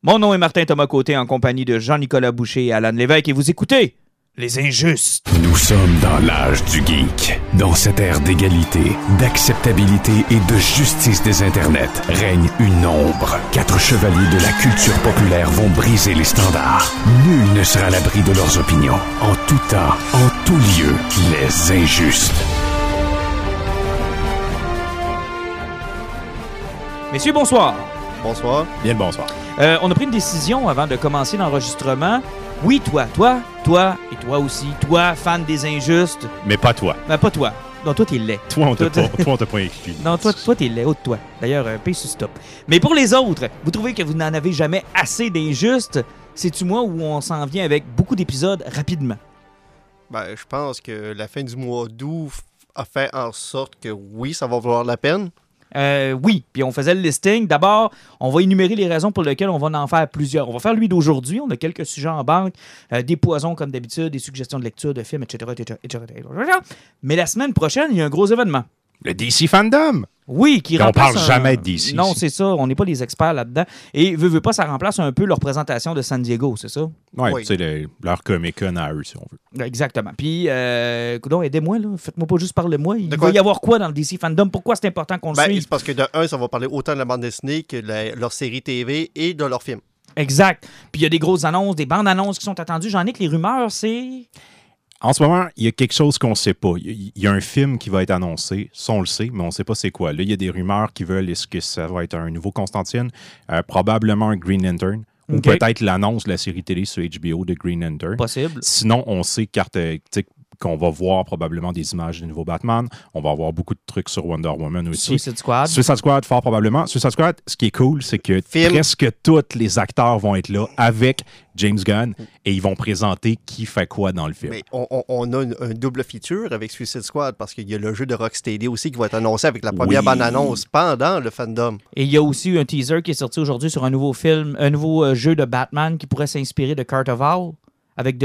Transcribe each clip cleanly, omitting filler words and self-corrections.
Mon nom est Martin Thomas Côté en compagnie de Jean-Nicolas Boucher et Alan Lévesque et vous écoutez Les Injustes. Nous sommes dans l'âge du geek. Dans cette ère d'égalité, d'acceptabilité et de justice des internets, règne une ombre. 4 chevaliers de la culture populaire vont briser les standards. Nul ne sera à l'abri de leurs opinions. En tout temps, en tout lieu, Les Injustes. Messieurs, bonsoir. Bonsoir. Bien le bonsoir. On a pris une décision avant de commencer l'enregistrement. Oui, toi et toi aussi. Toi, fan des Injustes. Mais pas toi. Ben, pas toi. Non, toi, t'es laid. Toi, on t'a pas exclu. Non, toi, t'es laid. Haut de toi. D'ailleurs, paye sur stop. Mais pour les autres, vous trouvez que vous n'en avez jamais assez d'Injustes? C'est-tu moi où on s'en vient avec beaucoup d'épisodes rapidement? Ben, je pense que la fin du mois d'août a fait en sorte que oui, ça va valoir la peine. Oui, puis on faisait le listing. D'abord, on va énumérer les raisons pour lesquelles on va en faire plusieurs. On va faire lui d'aujourd'hui. On a quelques sujets en banque, des poisons comme d'habitude, des suggestions de lecture, de films, etc. Mais la semaine prochaine, il y a un gros événement. Le DC Fandom. Oui, qui on remplace... parle jamais de DC. Non, c'est ça. On n'est pas les experts là-dedans. Et veut pas, ça remplace un peu leur présentation de San Diego, c'est ça? Oui. C'est leur Comic-Con à eux, si on veut. Exactement. Puis, coudonc, aidez-moi, là. Faites-moi pas juste parler de moi. Il va y avoir quoi dans le DC Fandom? Pourquoi c'est important qu'on le suive? C'est parce que de un, ça va parler autant de la bande dessinée que leur série TV et de leur film. Exact. Puis, il y a des grosses annonces, des bandes annonces qui sont attendues. J'en ai que les rumeurs, c'est... En ce moment, il y a quelque chose qu'on ne sait pas. Il y a un film qui va être annoncé, ça on le sait, mais on ne sait pas c'est quoi. Là, il y a des rumeurs qui veulent, est-ce que ça va être un nouveau Constantine, probablement un Green Lantern, ou peut-être l'annonce de la série télé sur HBO de Green Lantern. Possible. Sinon, on sait qu'on va voir probablement des images du nouveau Batman. On va avoir beaucoup de trucs sur Wonder Woman aussi. Suicide Squad. Suicide Squad, fort probablement. Suicide Squad, ce qui est cool, c'est que presque tous les acteurs vont être là avec James Gunn et ils vont présenter qui fait quoi dans le film. Mais on a un double feature avec Suicide Squad parce qu'il y a le jeu de Rocksteady aussi qui va être annoncé avec la première bande-annonce pendant le fandom. Et il y a aussi un teaser qui est sorti aujourd'hui sur un nouveau film, un nouveau jeu de Batman qui pourrait s'inspirer de Carnival avec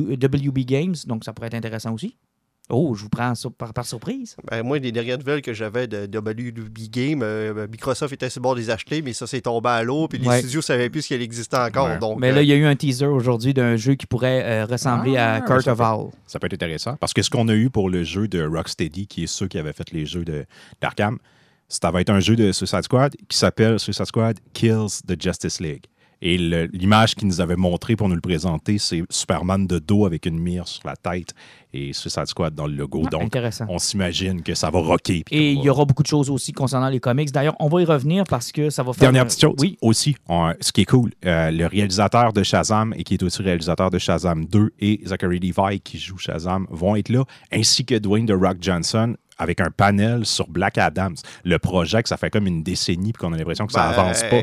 WB Games, donc ça pourrait être intéressant aussi. Oh, je vous prends ça par surprise. Ben, moi, les dernières nouvelles que j'avais de WB Games, Microsoft était sur le bord des acheter, mais ça s'est tombé à l'eau, puis les studios ne savaient plus qu'elle existait encore. Ouais. Donc, mais là, il y a eu un teaser aujourd'hui d'un jeu qui pourrait ressembler à Carnival. Ça peut être intéressant, parce que ce qu'on a eu pour le jeu de Rocksteady, qui est ceux qui avaient fait les jeux d'Arkham, ça va être un jeu de Suicide Squad qui s'appelle Suicide Squad Kills the Justice League. Et l'image qu'ils nous avait montrée pour nous le présenter, c'est Superman de dos avec une mire sur la tête et Suicide Squad dans le logo. Donc, on s'imagine que ça va rocker. Et il y aura beaucoup de choses aussi concernant les comics. D'ailleurs, on va y revenir parce que ça va faire... Dernière petite chose. Oui. Aussi, ce qui est cool, le réalisateur de Shazam et qui est aussi réalisateur de Shazam 2 et Zachary Levi qui joue Shazam vont être là, ainsi que Dwayne The Rock Johnson, avec un panel sur Black Adams. Le projet, que ça fait comme une décennie puis qu'on a l'impression que ça avance pas.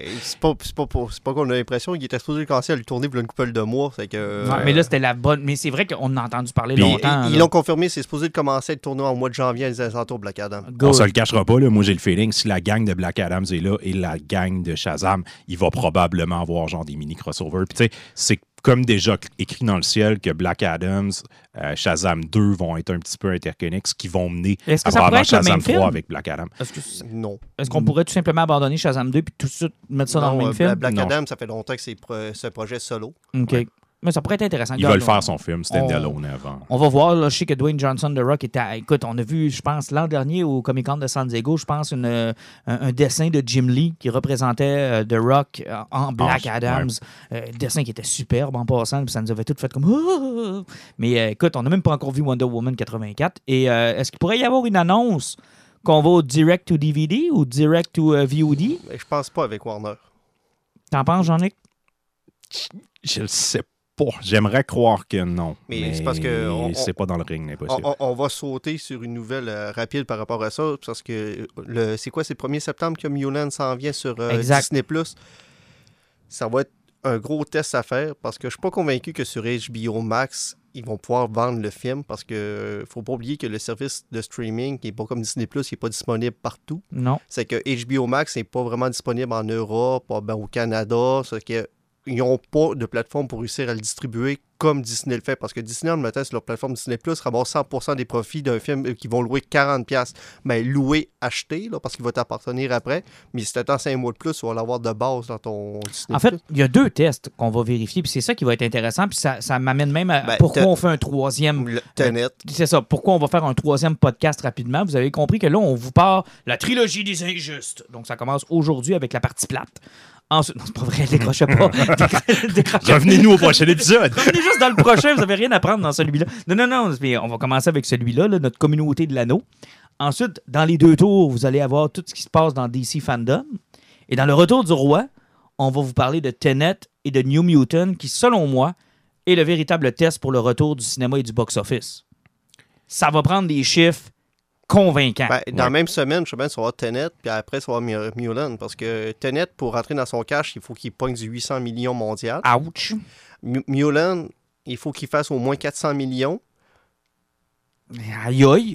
C'est pas qu'on a l'impression qu'il était supposé commencer à le tourner pour une couple de mois. C'est que, mais là, c'était la bonne... Mais c'est vrai qu'on a entendu parler longtemps. Ils l'ont confirmé, c'est supposé de commencer à le tourner en mois de janvier à les alentours Black Adam. On se le cachera pas, là. Moi j'ai le feeling, si la gang de Black Adams est là et la gang de Shazam, il va probablement avoir genre des mini-crossovers. Puis tu sais, c'est comme déjà écrit dans le ciel que Black Adams, Shazam 2 vont être un petit peu interconnexes, qui vont mener à probablement Shazam 3 avec Black Adam. Non. Est-ce qu'on pourrait tout simplement abandonner Shazam 2 puis tout de suite mettre ça dans le même film? Black Adam, ça fait longtemps que c'est ce projet solo. OK. Ouais. Mais ça pourrait être intéressant. Ils veulent faire son film, c'était Alone avant. On va voir, là, je sais que Dwayne Johnson, The Rock, était... Écoute, on a vu, je pense, l'an dernier au Comic-Con de San Diego, je pense, un dessin de Jim Lee qui représentait The Rock en Black Adams. Dessin qui était superbe en passant, puis ça nous avait tout fait comme... Mais écoute, on n'a même pas encore vu Wonder Woman 84. Et est-ce qu'il pourrait y avoir une annonce qu'on va au direct to DVD ou direct to VOD? Je pense pas avec Warner. T'en penses, Jean-Nic? Je le sais pas. J'aimerais croire que non. Mais c'est parce que c'est pas dans le ring, impossible. On va sauter sur une nouvelle rapide par rapport à ça, parce que c'est quoi, c'est le 1er septembre que Mulan s'en vient sur Disney+. Ça va être un gros test à faire, parce que je suis pas convaincu que sur HBO Max, ils vont pouvoir vendre le film, parce que faut pas oublier que le service de streaming, qui n'est pas comme Disney+, qui n'est pas disponible partout. Non. C'est que HBO Max n'est pas vraiment disponible en Europe, au Canada, c'est que ils n'ont pas de plateforme pour réussir à le distribuer comme Disney le fait. Parce que Disney, en mettant sur leur plateforme Disney+, ramasse 100% des profits d'un film qu'ils vont louer 40$. Mais louer, acheter, là, parce qu'il va t'appartenir après. Mais si tu attends 5 mois de plus, tu vas l'avoir de base dans ton Disney+. En fait, il y a 2 tests qu'on va vérifier, puis c'est ça qui va être intéressant. Puis ça m'amène même à pourquoi on fait un 3e... Tenet. C'est ça. Pourquoi on va faire un 3e podcast rapidement. Vous avez compris que là, on vous part la trilogie des injustes. Donc, ça commence aujourd'hui avec la partie plate. Ensuite, non, c'est pas vrai, décrochez pas. Revenez-nous au prochain épisode. Revenez juste dans le prochain, vous n'avez rien à prendre dans celui-là. Non, on va commencer avec celui-là, là, notre communauté de l'anneau. Ensuite, dans les 2 tours, vous allez avoir tout ce qui se passe dans DC Fandom. Et dans le retour du roi, on va vous parler de Tenet et de New Mutant, qui, selon moi, est le véritable test pour le retour du cinéma et du box-office. Ça va prendre des chiffres convaincant. Dans la même semaine, je sais bien, ça va avoir Tenet, puis après, ça va avoir Mulan. Parce que Tenet, pour rentrer dans son cash, il faut qu'il pogne du 800 millions mondial. Ouch! Mulan, il faut qu'il fasse au moins 400 millions. Aïe aïe!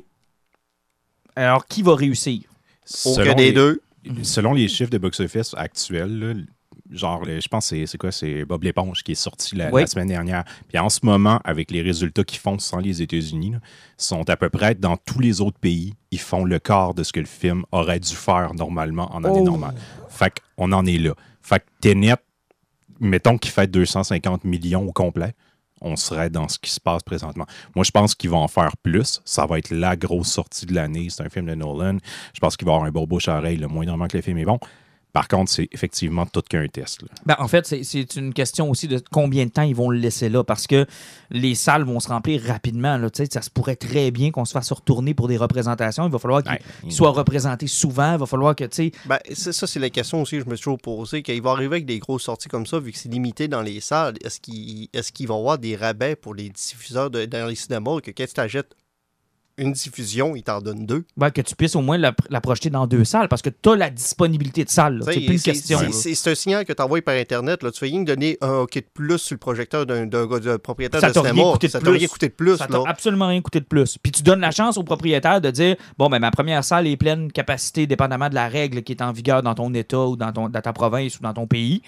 Alors, qui va réussir? Aucun des deux. Selon les chiffres de box-office actuels, là, genre, je pense que c'est Bob l'éponge qui est sorti la semaine dernière. Puis en ce moment, avec les résultats qu'ils font sans les États-Unis, là, sont à peu près dans tous les autres pays, ils font le quart de ce que le film aurait dû faire normalement en année normale. Fait qu'on en est là. Fait que Tenet, mettons qu'il fait 250 millions au complet, on serait dans ce qui se passe présentement. Moi, je pense qu'ils vont en faire plus. Ça va être la grosse sortie de l'année. C'est un film de Nolan. Je pense qu'il va avoir un beau bouche-à-oreille, le moindrement que le film est bon. Par contre, c'est effectivement tout qu'un test. En fait, c'est une question aussi de combien de temps ils vont le laisser là, parce que les salles vont se remplir rapidement. Là, ça se pourrait très bien qu'on se fasse retourner pour des représentations. Il va falloir qu'ils soient représentés souvent. Il va falloir que... ça, c'est la question aussi que je me suis toujours posée. Qu'il va arriver avec des grosses sorties comme ça, vu que c'est limité dans les salles, est-ce qu'il va y avoir des rabais pour les diffuseurs dans les cinémas, que quand tu t'achètes une diffusion, il t'en donne 2. Que tu puisses au moins la projeter dans 2 salles, parce que tu as la disponibilité de salles. C'est plus une question. C'est un signal que tu envoies par Internet. Là. Tu fais rien que donner un OK de plus sur le projecteur d'un propriétaire de cinéma. Ça t'a rien coûté de plus. Ça t'a absolument rien coûté de plus. Puis tu donnes la chance au propriétaire de dire, ma première salle est pleine capacité, dépendamment de la règle qui est en vigueur dans ton État ou dans ta province ou dans ton pays.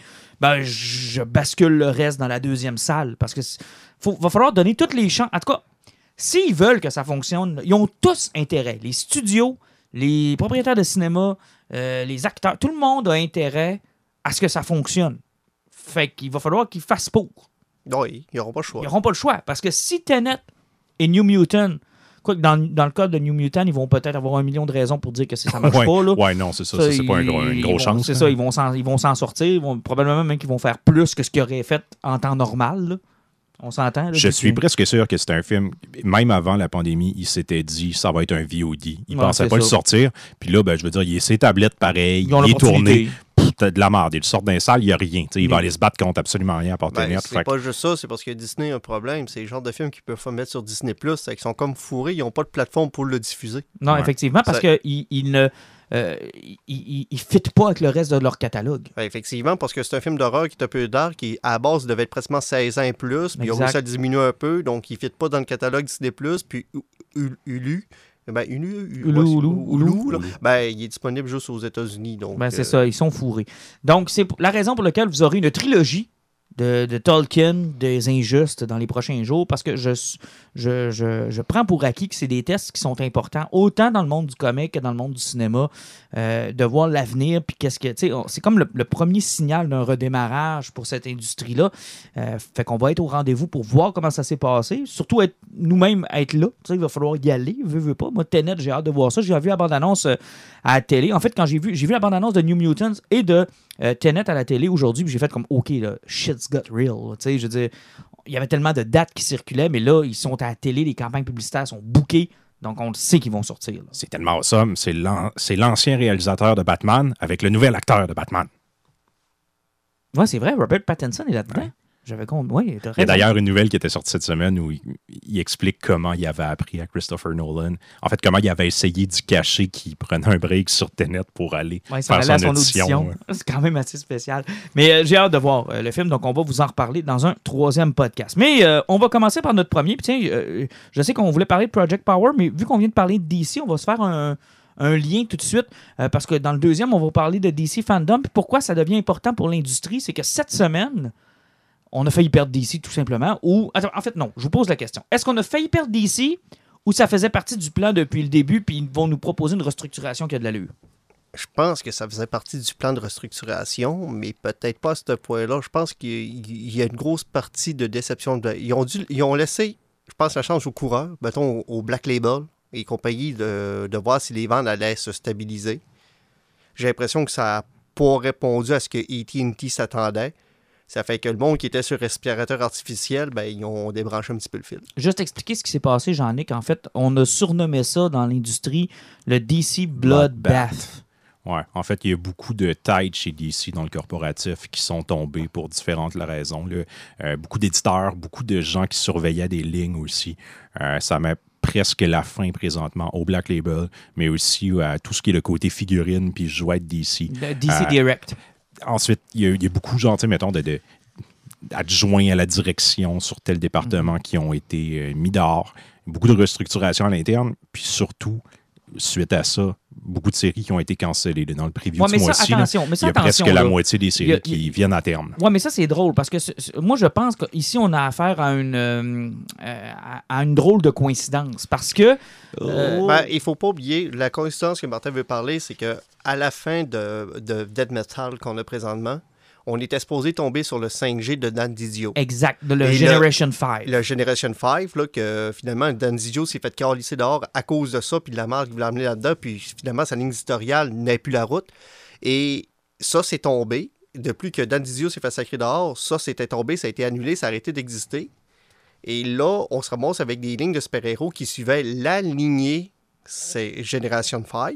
Je bascule le reste dans la 2e salle. Parce que va falloir donner toutes les chances. En tout cas, s'ils veulent que ça fonctionne, ils ont tous intérêt. Les studios, les propriétaires de cinéma, les acteurs, tout le monde a intérêt à ce que ça fonctionne. Fait qu'il va falloir qu'ils fassent pour. Oui, ils n'auront pas le choix. Ils n'auront pas le choix. Parce que si Tenet et New Mutant, dans le cas de New Mutant, ils vont peut-être avoir 1 million de raisons pour dire que ça ne marche pas. Là. Ouais, non, c'est ça. C'est pas une grosse chance. C'est ça, ils vont s'en sortir. Probablement même qu'ils vont faire plus que ce qu'ils auraient fait en temps normal. Là. On s'entend. Là, je suis presque sûr que c'est un film, même avant la pandémie, il s'était dit ça va être un VOD. Il ne pensait pas le sortir. Puis là, je veux dire, il est ses tablettes pareil, il est tourné. T'as de la merde. Il sort d'un salle, il n'y a rien. Il va aller se battre contre absolument rien à part Tenet. C'est pas juste ça, c'est parce que Disney a un problème. C'est le genre de film qu'ils peuvent pas mettre sur Disney+. C'est qu'ils sont comme fourrés, ils n'ont pas de plateforme pour le diffuser. Non, effectivement, parce qu'ils ne... ils ne fitent pas avec le reste de leur catalogue. Effectivement, parce que c'est un film d'horreur qui est un peu dark, qui à la base devait être pratiquement 16 ans et plus, puis ça diminue un peu, donc il ne fit pas dans le catalogue Disney+, puis Hulu. Hulu, il est disponible juste aux États-Unis. Donc, c'est ça, ils sont fourrés. Donc, c'est la raison pour laquelle vous aurez une trilogie de Tolkien, des injustes dans les prochains jours, parce que je prends pour acquis que c'est des tests qui sont importants, autant dans le monde du comic que dans le monde du cinéma, de voir l'avenir, puis c'est comme le premier signal d'un redémarrage pour cette industrie-là. Fait qu'on va être au rendez-vous pour voir comment ça s'est passé, surtout nous-mêmes être là. Il va falloir y aller, veux pas. Moi, Tenet, j'ai hâte de voir ça. J'ai vu la bande-annonce à la télé. En fait, quand j'ai vu la bande-annonce de New Mutants et de Tenet à la télé aujourd'hui, puis j'ai fait comme OK, là, shit's got real. Je veux dire, il y avait tellement de dates qui circulaient, mais là, ils sont à la télé, les campagnes publicitaires sont bookées, donc on sait qu'ils vont sortir. Là. C'est tellement awesome. C'est l'ancien réalisateur de Batman avec le nouvel acteur de Batman. Ouais, c'est vrai, Robert Pattinson est là-dedans. Ouais. J'avais compris. Oui, il y a d'ailleurs une nouvelle qui était sortie cette semaine où il explique comment il avait appris à Christopher Nolan. En fait, comment il avait essayé d'y cacher qu'il prenait un break sur Tenet pour aller faire son audition. C'est quand même assez spécial. Mais j'ai hâte de voir le film, donc on va vous en reparler dans un 3e podcast. Mais on va commencer par notre premier. Puis tiens, je sais qu'on voulait parler de Project Power, mais vu qu'on vient de parler de DC, on va se faire un lien tout de suite, parce que dans le 2e, on va parler de DC Fandom. Puis pourquoi ça devient important pour l'industrie, c'est que cette semaine, on a failli perdre DC tout simplement, ou... Attends, en fait, non, je vous pose la question. Est-ce qu'on a failli perdre DC ou ça faisait partie du plan depuis le début puis ils vont nous proposer une restructuration qui a de l'allure? Je pense que ça faisait partie du plan de restructuration, mais peut-être pas à ce point-là. Je pense qu'il y a une grosse partie de déception. Ils ont laissé, je pense, la chance aux coureurs, mettons au Black Label et compagnie, de voir si les ventes allaient se stabiliser. J'ai l'impression que ça n'a pas répondu à ce que AT&T s'attendait. Ça fait que le monde qui était sur respirateur artificiel, ils ont débranché un petit peu le fil. Juste expliquer ce qui s'est passé, Jean-Nic. En fait, on a surnommé ça dans l'industrie le DC Bloodbath. Ouais, en fait, il y a beaucoup de têtes chez DC dans le corporatif qui sont tombées pour différentes raisons. Beaucoup d'éditeurs, beaucoup de gens qui surveillaient des lignes aussi. Ça met presque la fin présentement au Black Label, mais aussi à tout ce qui est le côté figurine puis jouets de DC. DC Direct. Ensuite, il y a beaucoup, mettons, d'adjoints à la direction sur tel département qui ont été mis dehors. Beaucoup de restructuration à l'interne, puis surtout, suite à ça, beaucoup de séries qui ont été cancellées. Dans le preview du mois-ci, il y a presque la moitié des séries qui viennent à terme. Oui, mais ça, c'est drôle, parce que moi, je pense qu'ici, on a affaire à une drôle de coïncidence, parce que... il ne faut pas oublier, la coïncidence que Martin veut parler, c'est qu'à la fin de Dead Metal qu'on a présentement, on était supposé tomber sur le 5G de Dan Didio. Exact, le Generation 5. Le Generation 5, là, que finalement, Dan Didio s'est fait calisser dehors à cause de ça, puis de la marque qui voulait amener là-dedans, puis finalement, sa ligne éditoriale n'a plus la route. Et ça, c'est tombé. Depuis que Dan Didio s'est fait sacrer dehors, ça, c'était tombé, ça a été annulé, ça a arrêté d'exister. Et là, on se ramasse avec des lignes de super-héros qui suivaient la lignée, c'est Generation 5,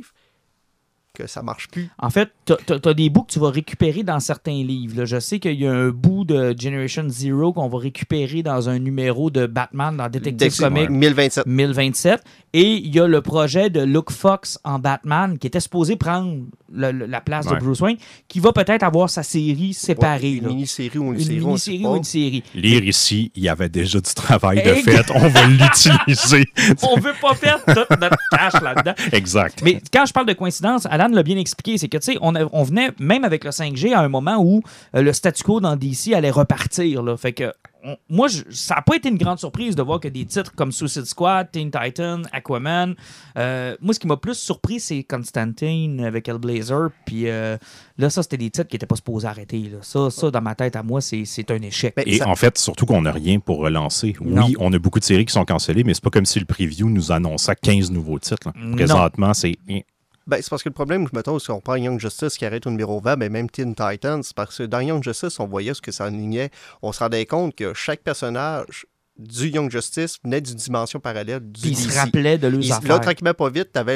que ça marche plus. En fait, tu as des bouts que tu vas récupérer dans certains livres. Là. Je sais qu'il y a un bout de Generation Zero qu'on va récupérer dans un numéro de Batman dans Detective Comics 1027. Et il y a le projet de Luke Fox en Batman qui était supposé prendre la place de Bruce Wayne, qui va peut-être avoir sa série séparée. Une mini-série ou une série. Lire ici, il y avait déjà du travail de fait. On va l'utiliser. On veut pas perdre toute notre cash là-dedans. Exact. Mais quand je parle de coïncidence, Alan l'a bien expliqué, c'est que, tu sais, on venait, même avec le 5G, à un moment où le statu quo dans DC allait repartir. Là. Fait que, moi, ça n'a pas été une grande surprise de voir que des titres comme Suicide Squad, Teen Titan, Aquaman. Moi, ce qui m'a plus surpris, c'est Constantine avec Hellblazer. Puis là, ça, c'était des titres qui n'étaient pas supposés arrêter. Là. Ça, dans ma tête, à moi, c'est un échec. Et en fait, surtout qu'on n'a rien pour relancer. Non. Oui, on a beaucoup de séries qui sont cancellées, mais c'est pas comme si le preview nous annonçait 15 nouveaux titres. Là. Présentement, c'est... c'est parce que le problème, mettons, si on prend Young Justice qui arrête au numéro 20, même Teen Titans, parce que dans Young Justice, on voyait ce que ça alignait. On se rendait compte que chaque personnage du Young Justice venait d'une dimension parallèle du DC. DC. Il se rappelait de leurs affaires. Là, tranquillement, pas vite, tu avais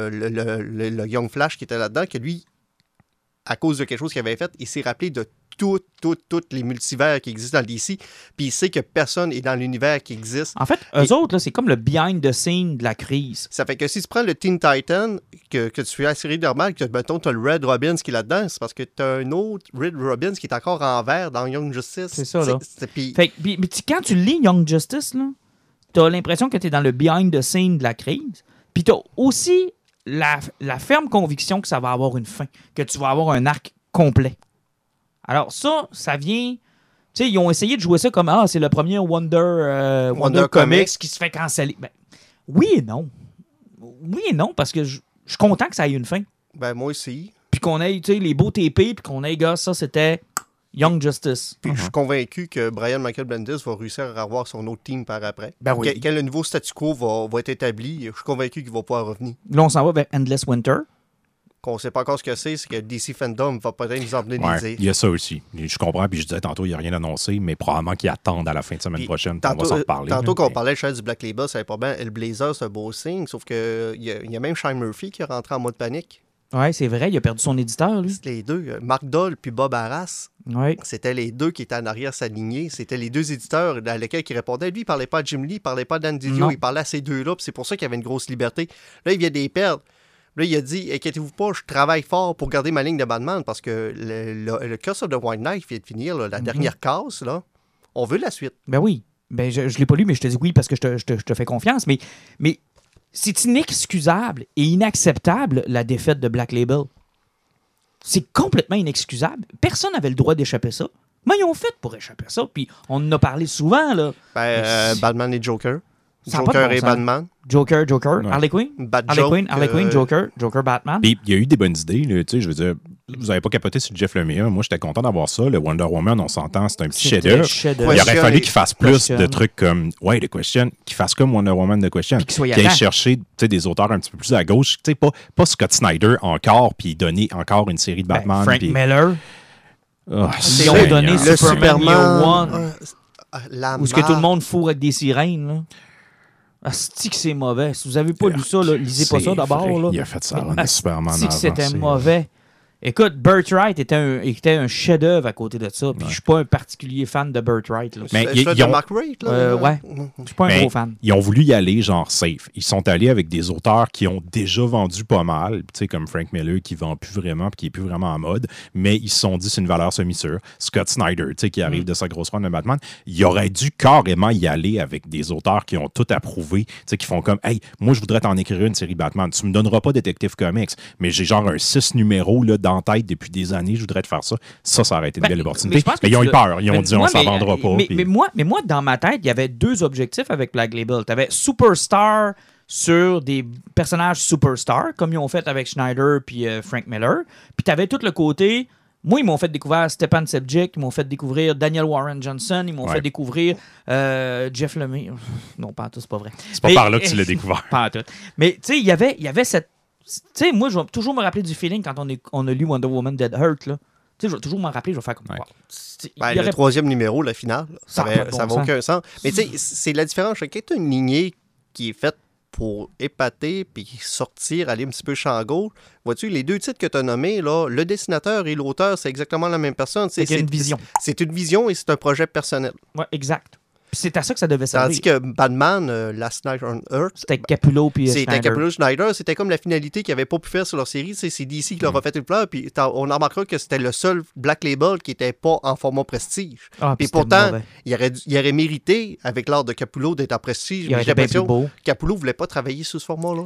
le Young Flash qui était là-dedans, que lui, à cause de quelque chose qu'il avait fait, il s'est rappelé de tous les multivers qui existent dans le DC, puis il sait que personne n'est dans l'univers qui existe. En fait, eux autres, là, c'est comme le behind the scene de la crise. Ça fait que si tu prends le Teen Titan, que tu fais la série normale, que mettons, tu as le Red Robin qui est là-dedans, c'est parce que tu as un autre Red Robin qui est encore en vert dans Young Justice. C'est ça, là. Puis quand tu lis Young Justice, tu as l'impression que tu es dans le behind the scene de la crise, puis tu as aussi la ferme conviction que ça va avoir une fin, que tu vas avoir un arc complet. Alors ça vient... Tu sais, ils ont essayé de jouer ça comme c'est le premier Wonder Comics qui se fait canceller. Oui et non. Oui et non, parce que je suis content que ça ait une fin. Moi aussi. Puis qu'on ait les beaux TP, puis qu'on ait, gars, ça c'était Young Justice. Puis je suis convaincu que Brian Michael Bendis va réussir à avoir son autre team par après. Oui. Quand le nouveau statu quo va être établi, je suis convaincu qu'il va pouvoir revenir. Là, on s'en va vers Endless Winter. Qu'on ne sait pas encore ce que c'est que DC Fandom va peut-être nous emmener des idées. Il y a ça aussi. Je comprends, puis je disais tantôt, il n'y a rien annoncé, mais probablement qu'ils attendent à la fin de semaine prochaine, on va s'en reparler. Tantôt qu'on parlait du Black Label, ça savait pas bien. Hellblazer, c'est un beau signe, sauf qu'il y a même Shane Murphy qui est rentré en mode panique. Oui, c'est vrai, il a perdu son éditeur, lui. C'était les deux. Mark Dole puis Bob Arras, c'était les deux qui étaient en arrière s'aligner. C'était les deux éditeurs dans lesquels il répondait. Lui, il parlait pas à Jim Lee, il parlait pas à Dan Didio, il parlait à ces deux-là, puis c'est pour ça qu'il y avait une grosse liberté. Là, il vient des perdre. Là, il a dit, inquiétez-vous pas, je travaille fort pour garder ma ligne de Batman parce que le Curse of the White Knight vient de finir, la dernière case, là. On veut la suite. Ben oui. Je ne l'ai pas lu, mais je te dis oui parce que je te fais confiance. Mais c'est inexcusable et inacceptable, la défaite de Black Label. C'est complètement inexcusable. Personne n'avait le droit d'échapper ça. Comment ils ont fait pour échapper à ça? Puis on en a parlé souvent, là. Batman et Joker. Ça a pas de Joker bon et sens. Batman. Joker, Ouais. Harley Quinn? Harley Quinn, Joker, Batman. Puis il y a eu des bonnes idées, là, tu sais, je veux dire, vous n'avez pas capoté sur Jeff Lemire. Moi, j'étais content d'avoir ça. Le Wonder Woman, on s'entend, c'est un petit chef-d'œuvre. chef-d'œuvre. Il aurait fallu qu'il fasse plus Question. de trucs comme, The Question, qu'il fasse comme Wonder Woman The Question. Puis qu'il soit y aille avant. chercher des auteurs un petit peu plus à gauche. Tu sais, pas Scott Snyder encore, puis donner encore une série de Batman. Frank puis... Miller. Oh, Ils ont donné Le Superman Year One. La Où est-ce que tout le monde fourre avec des sirènes, là? Asti que c'est mauvais. Si vous avez pas lu ça, là, lisez pas ça d'abord. vrai. Là. Il a fait ça Mais de Superman asti que c'était avant, mauvais. Écoute, Birthright était un chef-d'œuvre à côté de ça. Puis je suis pas un particulier fan de Birthright. Là. Mais C'est de Mark Waid, là? Ouais. Je suis pas un gros fan. Ils ont voulu y aller genre safe. Ils sont allés avec des auteurs qui ont déjà vendu pas mal, tu sais, comme Frank Miller qui vend plus vraiment puis qui est plus vraiment en mode, mais ils se sont dit c'est une valeur semi-sûre. Scott Snyder, tu sais, qui arrive de sa grosse run de Batman, il aurait dû carrément y aller avec des auteurs qui ont tout approuvé, tu sais, qui font comme hey, moi je voudrais t'en écrire une série Batman. Tu me donneras pas Detective Comics, mais j'ai genre un 6 numéros là, dans la tête depuis des années, je voudrais te faire ça. Ça aurait été une belle opportunité. Mais ils ont eu peur. Ils ont dit on s'en vendra pas. Mais moi, dans ma tête, il y avait deux objectifs avec Black Label. Tu avais Superstar sur des personnages superstars, comme ils ont fait avec Schneider puis Frank Miller. Puis tu avais tout le côté... Moi, ils m'ont fait découvrir Stepan Sebjic, ils m'ont fait découvrir Daniel Warren Johnson, ils m'ont fait découvrir Jeff Lemire. Non, pas en tout, c'est pas vrai. C'est pas par là que tu l'as découvert. Pas en tout. Mais tu sais, il y avait cette... Tu sais, moi, je vais toujours me rappeler du feeling quand on a lu Wonder Woman Dead Hurt, là. Tu sais, je vais toujours m'en rappeler, je vais faire comme... Wow. Le troisième numéro, la finale, ça n'a aucun sens. Mais tu sais, c'est la différence. Quand tu as une lignée qui est faite pour épater puis sortir, aller un petit peu champ gauche, vois-tu, les deux titres que tu as nommés, là, le dessinateur et l'auteur, c'est exactement la même personne. C'est une vision. C'est une vision et c'est un projet personnel. Ouais, exact. Puis c'est à ça que ça devait servir. Tandis que Batman, Last Night on Earth... C'était Capullo puis Schneider. C'était Capullo Schneider. C'était comme la finalité qu'ils n'avaient pas pu faire sur leur série. C'est DC qui leur a fait une fleur. Puis on en remarquera que c'était le seul Black Label qui n'était pas en format prestige. Puis pourtant, il aurait mérité, avec l'art de Capullo, d'être en prestige. Il aurait été bien plus beau. Capullo ne voulait pas travailler sous ce format-là.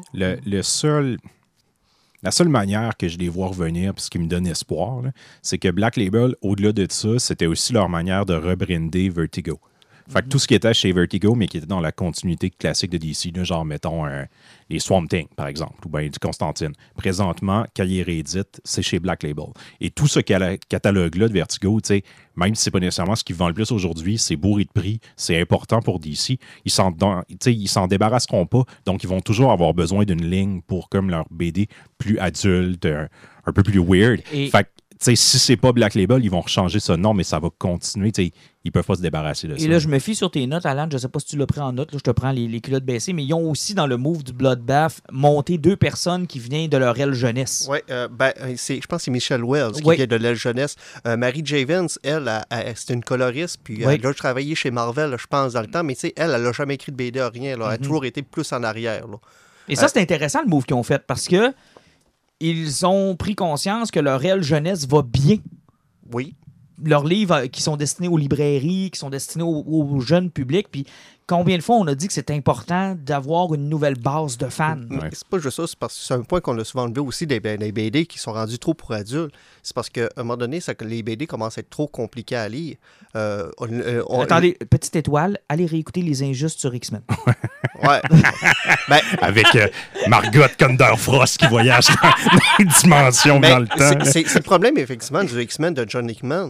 La seule manière que je les vois revenir, puis ce qui me donne espoir, là, c'est que Black Label, au-delà de ça, c'était aussi leur manière de rebrander Vertigo. Fait que tout ce qui était chez Vertigo, mais qui était dans la continuité classique de DC, là, genre, mettons, les Swamp Thing, par exemple, ou bien du Constantine. Présentement, quand il est réédite, c'est chez Black Label. Et tout ce catalogue-là de Vertigo, tu sais, même si c'est pas nécessairement ce qui vend le plus aujourd'hui, c'est bourré de prix, c'est important pour DC. Ils s'en débarrasseront pas, donc ils vont toujours avoir besoin d'une ligne pour, comme leur BD, plus adulte, un peu plus weird. Fait que, tu sais, si c'est pas Black Label, ils vont changer ce nom, mais ça va continuer. Tu sais, ils peuvent pas se débarrasser de ça. Et là, je me fie sur tes notes, Alan. Je sais pas si tu l'as pris en note. Là, je te prends les culottes baissées. Mais ils ont aussi, dans le move du Bloodbath, monté deux personnes qui viennent de leur aile jeunesse. Oui, je pense que c'est Michelle Wells qui vient de l'aile jeunesse. Mary Javins, elle c'est une coloriste. Puis elle a travaillé chez Marvel, je pense, dans le temps. Mais tu sais, elle n'a jamais écrit de BD à rien. Là. Elle a toujours été plus en arrière. Là. Et ça, c'est intéressant, le move qu'ils ont fait. Parce que ils ont pris conscience que leur aile jeunesse va bien. Oui. Leurs livres qui sont destinés aux librairies, qui sont destinés au jeune public. Puis combien de fois on a dit que c'est important d'avoir une nouvelle base de fans? Ouais. C'est pas juste ça, c'est parce que c'est un point qu'on a souvent levé aussi des BD qui sont rendus trop pour adultes. C'est parce qu'à un moment donné, les BD commencent à être trop compliqués à lire. Attendez, petite étoile, allez réécouter Les Injustes sur X-Men. Ouais. Avec Margot Conderfrost qui voyage dans une dimension dans le temps. C'est le problème, effectivement, du X-Men de John Hickman.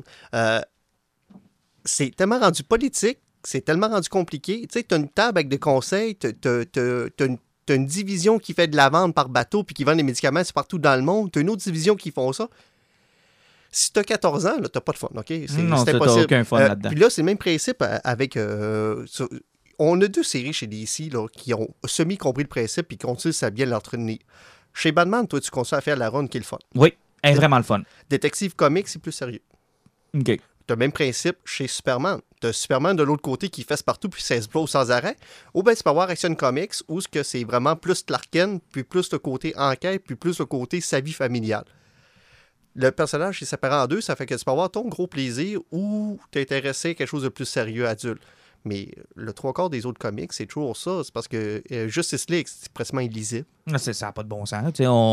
C'est tellement rendu politique, c'est tellement rendu compliqué. Tu sais, tu as une table avec des conseils, tu as une division qui fait de la vente par bateau puis qui vend des médicaments partout dans le monde. Tu as une autre division qui font ça. Si tu as 14 ans, tu n'as pas de fun, OK? C'est impossible. T'as aucun fun là-dedans. Puis là, c'est le même principe avec... on a deux séries chez DC là, qui ont semi-compris le principe et qui continuent à bien l'entretenir. Chez Batman, toi, tu continues à faire la run qui est le fun. Oui, elle est vraiment le fun. Détective Comics, c'est plus sérieux. OK. Tu as le même principe chez Superman. Tu as Superman de l'autre côté qui fesse partout puis s'explose sans arrêt. Ou bien tu peux avoir Action Comics où c'est vraiment plus Clark Kent, puis plus le côté enquête, puis plus le côté sa vie familiale. Le personnage est séparé en deux, ça fait que tu peux avoir ton gros plaisir ou t'es intéressé à quelque chose de plus sérieux, adulte. mais le 3/4 des autres comics, c'est toujours ça. C'est parce que Justice League, c'est presque illisible. Ça n'a pas de bon sens.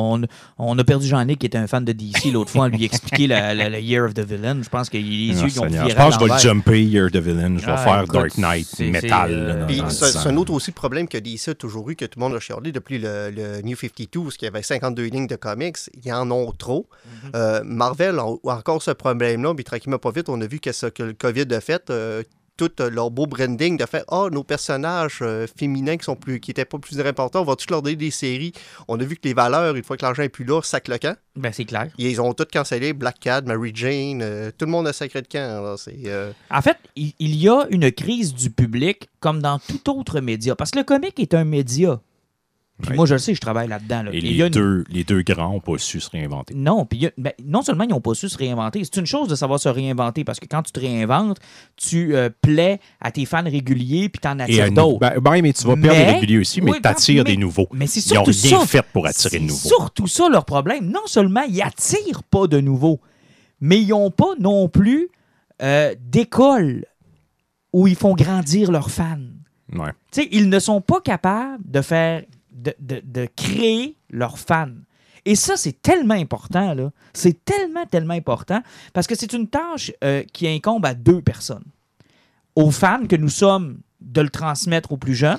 On a perdu Jean-Nic, qui était un fan de DC l'autre fois, à lui expliquer le Year of the Villain. Je pense que les yeux qui ont viré. Je pense que je vais le jumper Year of the Villain. Je vais faire Dark Knight, Metal. C'est un autre aussi problème que DC a toujours eu, que tout le monde a chialé depuis le New 52, parce qu'il y avait 52 lignes de comics. Il y en a trop. Marvel a encore ce problème-là, mais tranquillement pas vite, on a vu que le COVID a fait. Tout leur beau branding de faire nos personnages féminins qui étaient pas plus importants, on va tous leur donner des séries. On a vu que les valeurs, une fois que l'argent n'est plus là, sac le camp. Ben, c'est clair. Ils ont tous cancellé. Black Cat, Mary Jane, tout le monde a sacré de camp. Là, En fait, il y a une crise du public comme dans tout autre média. Parce que le comic est un média. Puis moi, je le sais, je travaille là-dedans. Là. Et les deux grands n'ont pas su se réinventer. Non, puis non seulement ils n'ont pas su se réinventer, c'est une chose de savoir se réinventer, parce que quand tu te réinventes, tu plais à tes fans réguliers, puis t'en attires d'autres. Mais tu vas perdre les réguliers aussi, mais t'attires des nouveaux. Mais c'est ils n'ont surtout rien fait pour attirer de nouveaux. C'est surtout ça leur problème. Non seulement ils n'attirent pas de nouveaux, mais ils n'ont pas non plus d'école où ils font grandir leurs fans. Ouais. Tu sais, ils ne sont pas capables de faire... De créer leurs fans. Et ça, c'est tellement important, là. C'est tellement important, parce que c'est une tâche qui incombe à 2 personnes. Aux fans que nous sommes, de le transmettre aux plus jeunes,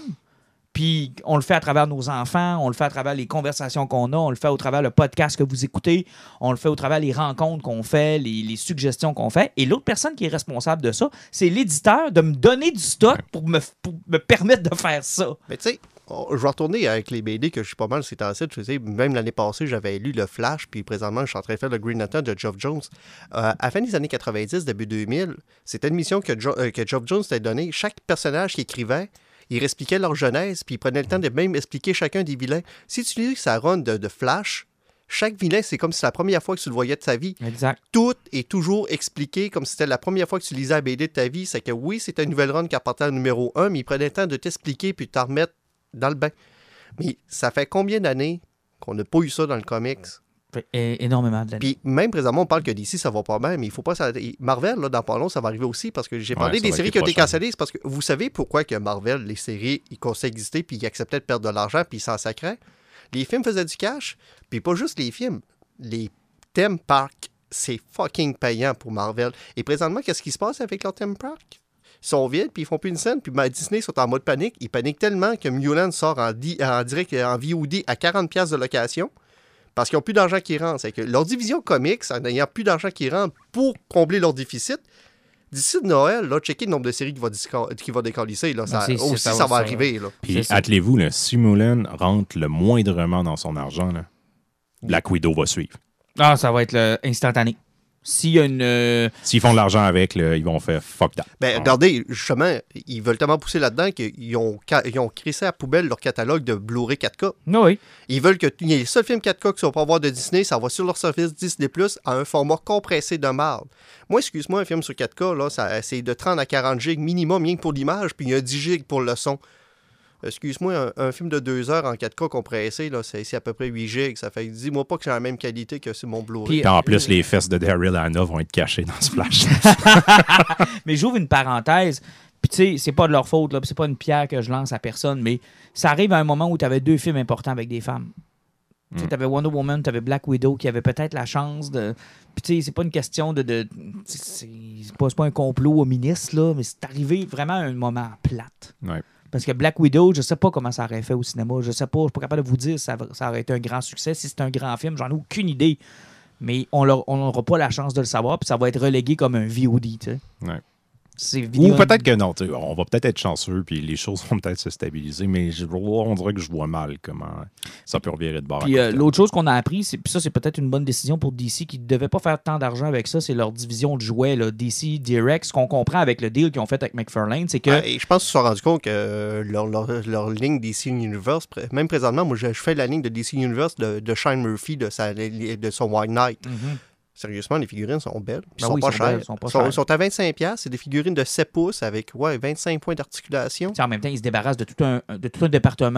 puis on le fait à travers nos enfants, on le fait à travers les conversations qu'on a, on le fait au travers le podcast que vous écoutez, on le fait au travers les rencontres qu'on fait, les suggestions qu'on fait. Et l'autre personne qui est responsable de ça, c'est l'éditeur, de me donner du stock pour me permettre de faire ça. Mais tu sais, je vais retourner avec les BD que je suis pas mal ces temps-ci. Tu sais, même l'année passée, j'avais lu le Flash, puis présentement, je suis en train de faire le Green Lantern de Geoff Jones. À la fin des années 90, début 2000, c'était une mission que Geoff Jones t'avait donnée. Chaque personnage qu'il écrivait, il expliquait leur genèse, puis il prenait le temps de même expliquer chacun des vilains. Si tu lis sa run de Flash, chaque vilain, c'est comme si c'est la première fois que tu le voyais de ta vie. Exact. Tout est toujours expliqué comme si c'était la première fois que tu lisais la BD de ta vie. C'est que oui, c'était une nouvelle run qui appartenait au numéro 1, mais il prenait le temps de t'expliquer puis de t'en remettre dans le bain. Mais ça fait combien d'années qu'on n'a pas eu ça dans le comics? Énormément d'années. Puis même présentement, on parle que d'ici, ça va pas bien, mais il faut pas s'arrêter. Marvel, là, dans pas long, ça va arriver aussi, parce que j'ai parlé des séries qui ont été cancellées. C'est parce que vous savez pourquoi que Marvel, les séries, ils continuaient d'exister, puis ils acceptaient de perdre de l'argent, puis ils s'en sacraient? Les films faisaient du cash, puis pas juste les films. Les theme parks, c'est fucking payant pour Marvel. Et présentement, qu'est-ce qui se passe avec leur theme park? Ils sont vides, puis ils font plus une scène, puis Disney sont en mode panique. Ils paniquent tellement que Mulan sort en direct, en VOD à 40$ de location, parce qu'ils n'ont plus d'argent qui rentre. C'est que leur division comics, en n'ayant plus d'argent qui rentre pour combler leur déficit, d'ici de Noël, là, checker le nombre de séries qui va décalisser. Là, ça va arriver. Là. Puis, attelez-vous, là, si Mulan rentre le moindrement dans son argent, là, Black Widow va suivre. Ah, ça va être instantané. S'il y a S'ils font de l'argent avec, là, ils vont faire fuck that. Ben, regardez, justement, ils veulent tellement pousser là-dedans qu'ils ont crissé à la poubelle leur catalogue de Blu-ray 4K. Oui. Ils veulent que les seuls films 4K qu'ils vont pas avoir de Disney, ça va sur leur service Disney+, à un format compressé de marde. Moi, excuse-moi, un film sur 4K, là, c'est de 30 à 40 gigs minimum, rien que pour l'image, puis il y a 10 gigs pour le son. Excuse-moi, un film de 2 heures en 4K compressé, là, c'est à peu près 8 gigs. Ça fait, dis-moi pas que j'ai la même qualité que sur mon Blu-ray. Puis en plus, les fesses de Daryl Hannah vont être cachées dans ce flash. Mais j'ouvre une parenthèse. Puis tu sais, c'est pas de leur faute, là, c'est pas une pierre que je lance à personne, mais ça arrive à un moment où tu avais 2 films importants avec des femmes. Tu avais Wonder Woman, tu avais Black Widow qui avait peut-être la chance de... Puis tu sais, c'est pas une question c'est pas un complot au ministre, là, mais c'est arrivé vraiment à un moment plate. Ouais. Parce que Black Widow, je sais pas comment ça aurait fait au cinéma. Je sais pas, je suis pas capable de vous dire si ça aurait été un grand succès. Si c'est un grand film, j'en ai aucune idée. Mais on n'aura pas la chance de le savoir, puis ça va être relégué comme un VOD, tu sais. Ouais. Ou peut-être que non, on va peut-être être chanceux, puis les choses vont peut-être se stabiliser, mais on dirait que je vois mal comment ça peut revirer de bord. Puis l'autre chose qu'on a appris, puis ça c'est peut-être une bonne décision pour DC qui ne devait pas faire tant d'argent avec ça, c'est leur division de jouets, là, DC Direct. Ce qu'on comprend avec le deal qu'ils ont fait avec McFarlane, c'est que... et je pense qu'ils se sont rendus compte que leur ligne DC Universe, même présentement, moi je fais la ligne de DC Universe de Shane Murphy, de son White Knight. Mm-hmm. Sérieusement, les figurines sont belles. Ils sont pas chères. Ils sont à 25$. C'est des figurines de 7 pouces avec 25 points d'articulation. En même temps, ils se débarrassent de tout un département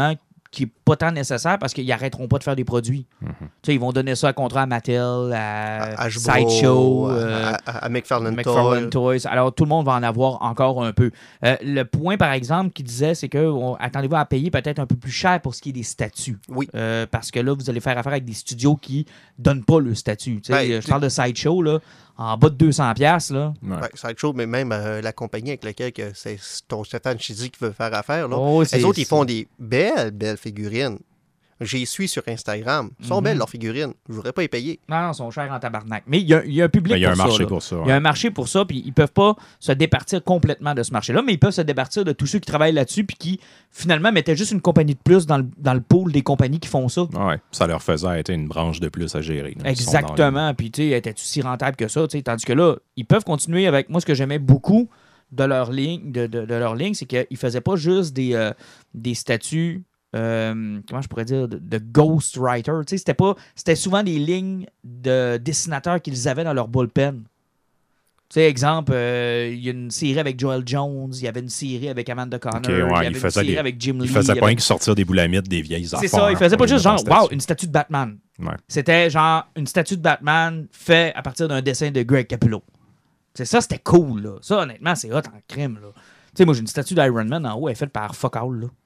qui n'est pas tant nécessaire parce qu'ils n'arrêteront pas de faire des produits. Ils vont donner ça à contrat à Mattel, à Sideshow, à McFarlane Toys. Alors, tout le monde va en avoir encore un peu. Le point, par exemple, qu'il disait, c'est que attendez-vous à payer peut-être un peu plus cher pour ce qui est des statuts. Oui. Parce que là, vous allez faire affaire avec des studios qui ne donnent pas le statut. Je parle de Sideshow, là, en bas de 200$. Là. Sideshow, mais même la compagnie avec laquelle c'est ton Stéphane Chizy qui veut faire affaire. Là. Les autres, ils font des belles figurines. J'y suis sur Instagram. Ils sont belles, leurs figurines. Je ne voudrais pas les payer. Non, ils sont chers en tabarnak. Mais il y a un public pour ça. Il y a un marché pour ça. Il y a un marché pour ça, puis ils ne peuvent pas se départir complètement de ce marché-là, mais ils peuvent se départir de tous ceux qui travaillent là-dessus, puis qui, finalement, mettaient juste une compagnie de plus dans le pool des compagnies qui font ça. Oui, ça leur faisait être une branche de plus à gérer. Là, exactement. Puis, tu sais, étaient-tu si rentable que ça? Tandis que là, ils peuvent continuer avec... Moi, ce que j'aimais beaucoup de leur ligne, de leur ligne, c'est qu'ils ne faisaient pas juste des statuts... comment je pourrais dire, de ghostwriter. C'était souvent des lignes de dessinateurs qu'ils avaient dans leur bullpen. Exemple, il y a une série avec Joel Jones, il y avait une série avec Amanda Connor, il y avait une série avec Jim Lee. Il faisait pas rien que sortir des boulamites des vieilles affaires. C'est ça, il faisait pas juste genre, wow, une statue de Batman. Ouais. C'était genre une statue de Batman faite à partir d'un dessin de Greg Capullo. Ça, c'était cool. Là. Ça, honnêtement, c'est hot en crime. Moi, j'ai une statue d'Iron Man en haut, elle est faite par Fuck All. Là.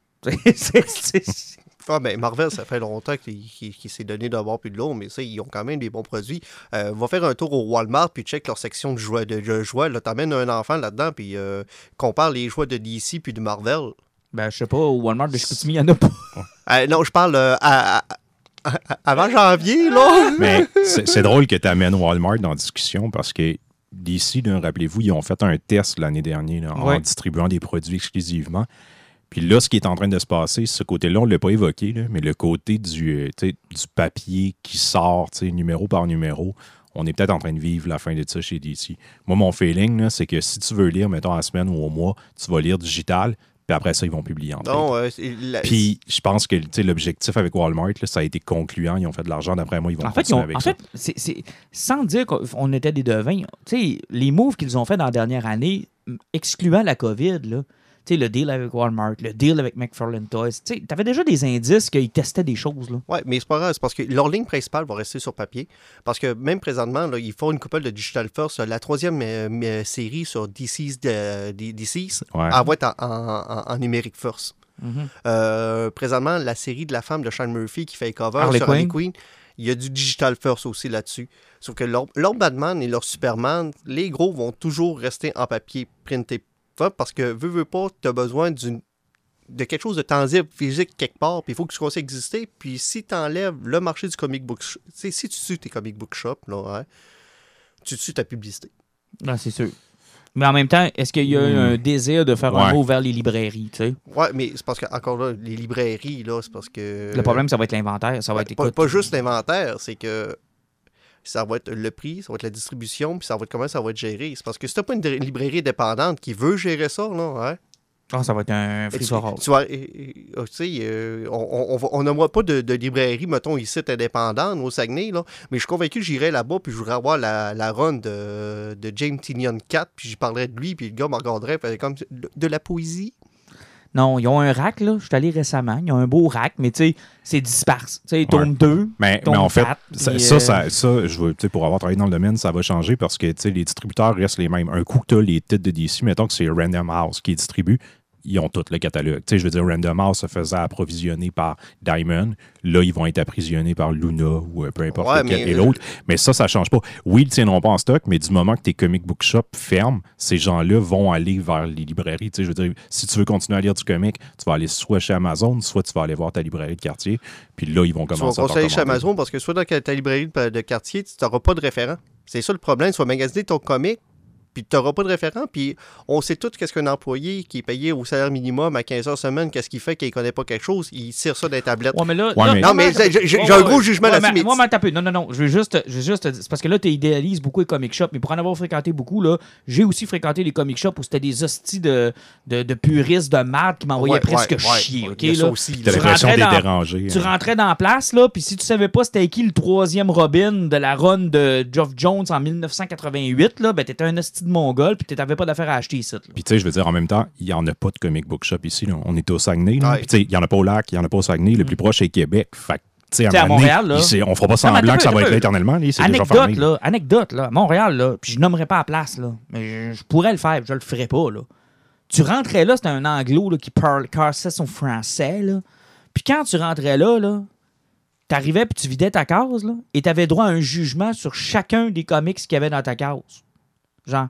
Marvel, ça fait longtemps qu'il s'est donné d'avoir plus de l'eau, mais ça, ils ont quand même des bons produits. Va faire un tour au Walmart puis check leur section de jouets. Là, t'amènes un enfant là-dedans puis compare les jouets de DC puis de Marvel. Je sais pas, au Walmart de Chicoutimi, il y en a pas. Non, je parle avant janvier, là. Mais c'est drôle que tu amènes Walmart dans la discussion parce que DC, rappelez-vous, ils ont fait un test l'année dernière en distribuant des produits exclusivement. Puis là, ce qui est en train de se passer, ce côté-là, on ne l'a pas évoqué, là, mais le côté du papier qui sort numéro par numéro, on est peut-être en train de vivre la fin de ça chez DC. Moi, mon feeling, là, c'est que si tu veux lire, mettons, à la semaine ou au mois, tu vas lire digital, puis après ça, ils vont publier en print. Puis je pense que l'objectif avec Walmart, là, ça a été concluant. Ils ont fait de l'argent. D'après moi, ils vont continuer avec ça. En fait, c'est sans dire qu'on était des devins, les moves qu'ils ont fait dans la dernière année, excluant la COVID, là, le deal avec Walmart, le deal avec McFarlane Toys. Tu avais déjà des indices qu'ils testaient des choses. Oui, mais c'est pas grave. C'est parce que leur ligne principale va rester sur papier. Parce que même présentement, là, ils font une couple de Digital First. La troisième série sur DC's, elle va être en numérique first. Présentement, la série de la femme de Sean Murphy qui fait cover sur Harley Quinn, il y a du Digital First aussi là-dessus. Sauf que leur Batman et leur Superman, les gros vont toujours rester en papier printé. Parce que, veux pas, tu as besoin de quelque chose de tangible, physique, quelque part, puis il faut que tu puisses exister. Puis si tu enlèves le marché du comic book shop, si tu tues tes comic book shop, là, tu tues ta publicité. Non, c'est sûr. Mais en même temps, est-ce qu'il y a un désir de faire un mot vers les librairies, Oui, mais c'est parce que, encore là, les librairies, là, c'est parce que... Le problème, ça va être l'inventaire. Ça va être pas juste l'inventaire, c'est que ça va être le prix, ça va être la distribution, puis ça va être comment ça va être géré. C'est parce que si t'as pas une librairie indépendante qui veut gérer ça, là, ça va être un free-for-all. On n'aura pas de librairie, mettons, ici, indépendante au Saguenay, là, mais je suis convaincu que j'irai là-bas, puis je voudrais avoir la run de James Tynion 4, puis j'y parlerais de lui, puis le gars me regarderait, comme de la poésie. Non, ils ont un rack, là. Je suis allé récemment. Ils ont un beau rack, mais tu sais, c'est disparse. Tu sais, tome 2, mais en fait, 4, je veux, pour avoir travaillé dans le domaine, ça va changer parce que les distributeurs restent les mêmes. Un coup que tu as les titres de DC, mettons que c'est Random House qui distribue, ils ont tout le catalogue. Je veux dire, Random House se faisait approvisionner par Diamond. Là, ils vont être approvisionnés par Luna ou peu importe lequel et l'autre. Mais ça ne change pas. Oui, ils ne tiendront pas en stock, mais du moment que tes comic book shops ferment, ces gens-là vont aller vers les librairies. Je veux dire, si tu veux continuer à lire du comic, tu vas aller soit chez Amazon, soit tu vas aller voir ta librairie de quartier. Puis là, ils vont commencer à conseiller chez Amazon parce que soit dans ta librairie de quartier, tu n'auras pas de référent. C'est ça le problème. Tu vas magasiner ton comic, puis tu n'auras pas de référent, puis on sait tous qu'est-ce qu'un employé qui est payé au salaire minimum à 15 heures semaine, qu'est-ce qu'il fait qu'il ne connaît pas quelque chose, il tire ça dans les tablettes. Ouais, mais là, non, mais j'ai un gros jugement là-dessus. Moi, non, je veux juste, c'est parce que là, tu idéalises beaucoup les comic shops, mais pour en avoir fréquenté beaucoup, là, j'ai aussi fréquenté les comic shops où c'était des hosties de puristes de marde qui m'envoyaient presque chier. Okay, là, aussi, t'as l'impression de les déranger. Tu rentrais dans la place, là, puis si tu savais pas c'était qui le troisième Robin de la run de Geoff Jones en 1988, là, ben t'étais un hostie de de mongol, puis tu n'avais pas d'affaire à acheter ici. Puis, tu sais, je veux dire, en même temps, il n'y en a pas de comic book shop ici. Là. On est au Saguenay. Puis, tu sais, il n'y en a pas au Lac, il n'y en a pas au Saguenay. Le plus proche, c'est Québec. Fait que, tu sais, à Montréal, là. On fera pas semblant que ça va être là éternellement. Anecdote, là. À Montréal, là, puis je nommerai pas la place, là, mais je pourrais le faire, je le ferais pas, là. Tu rentrais là, c'était un anglo là, qui cassait son français, là. Puis quand tu rentrais là, t'arrivais puis tu vidais ta case, là, et t'avais droit à un jugement sur chacun des comics qu'il y avait dans ta case. Genre,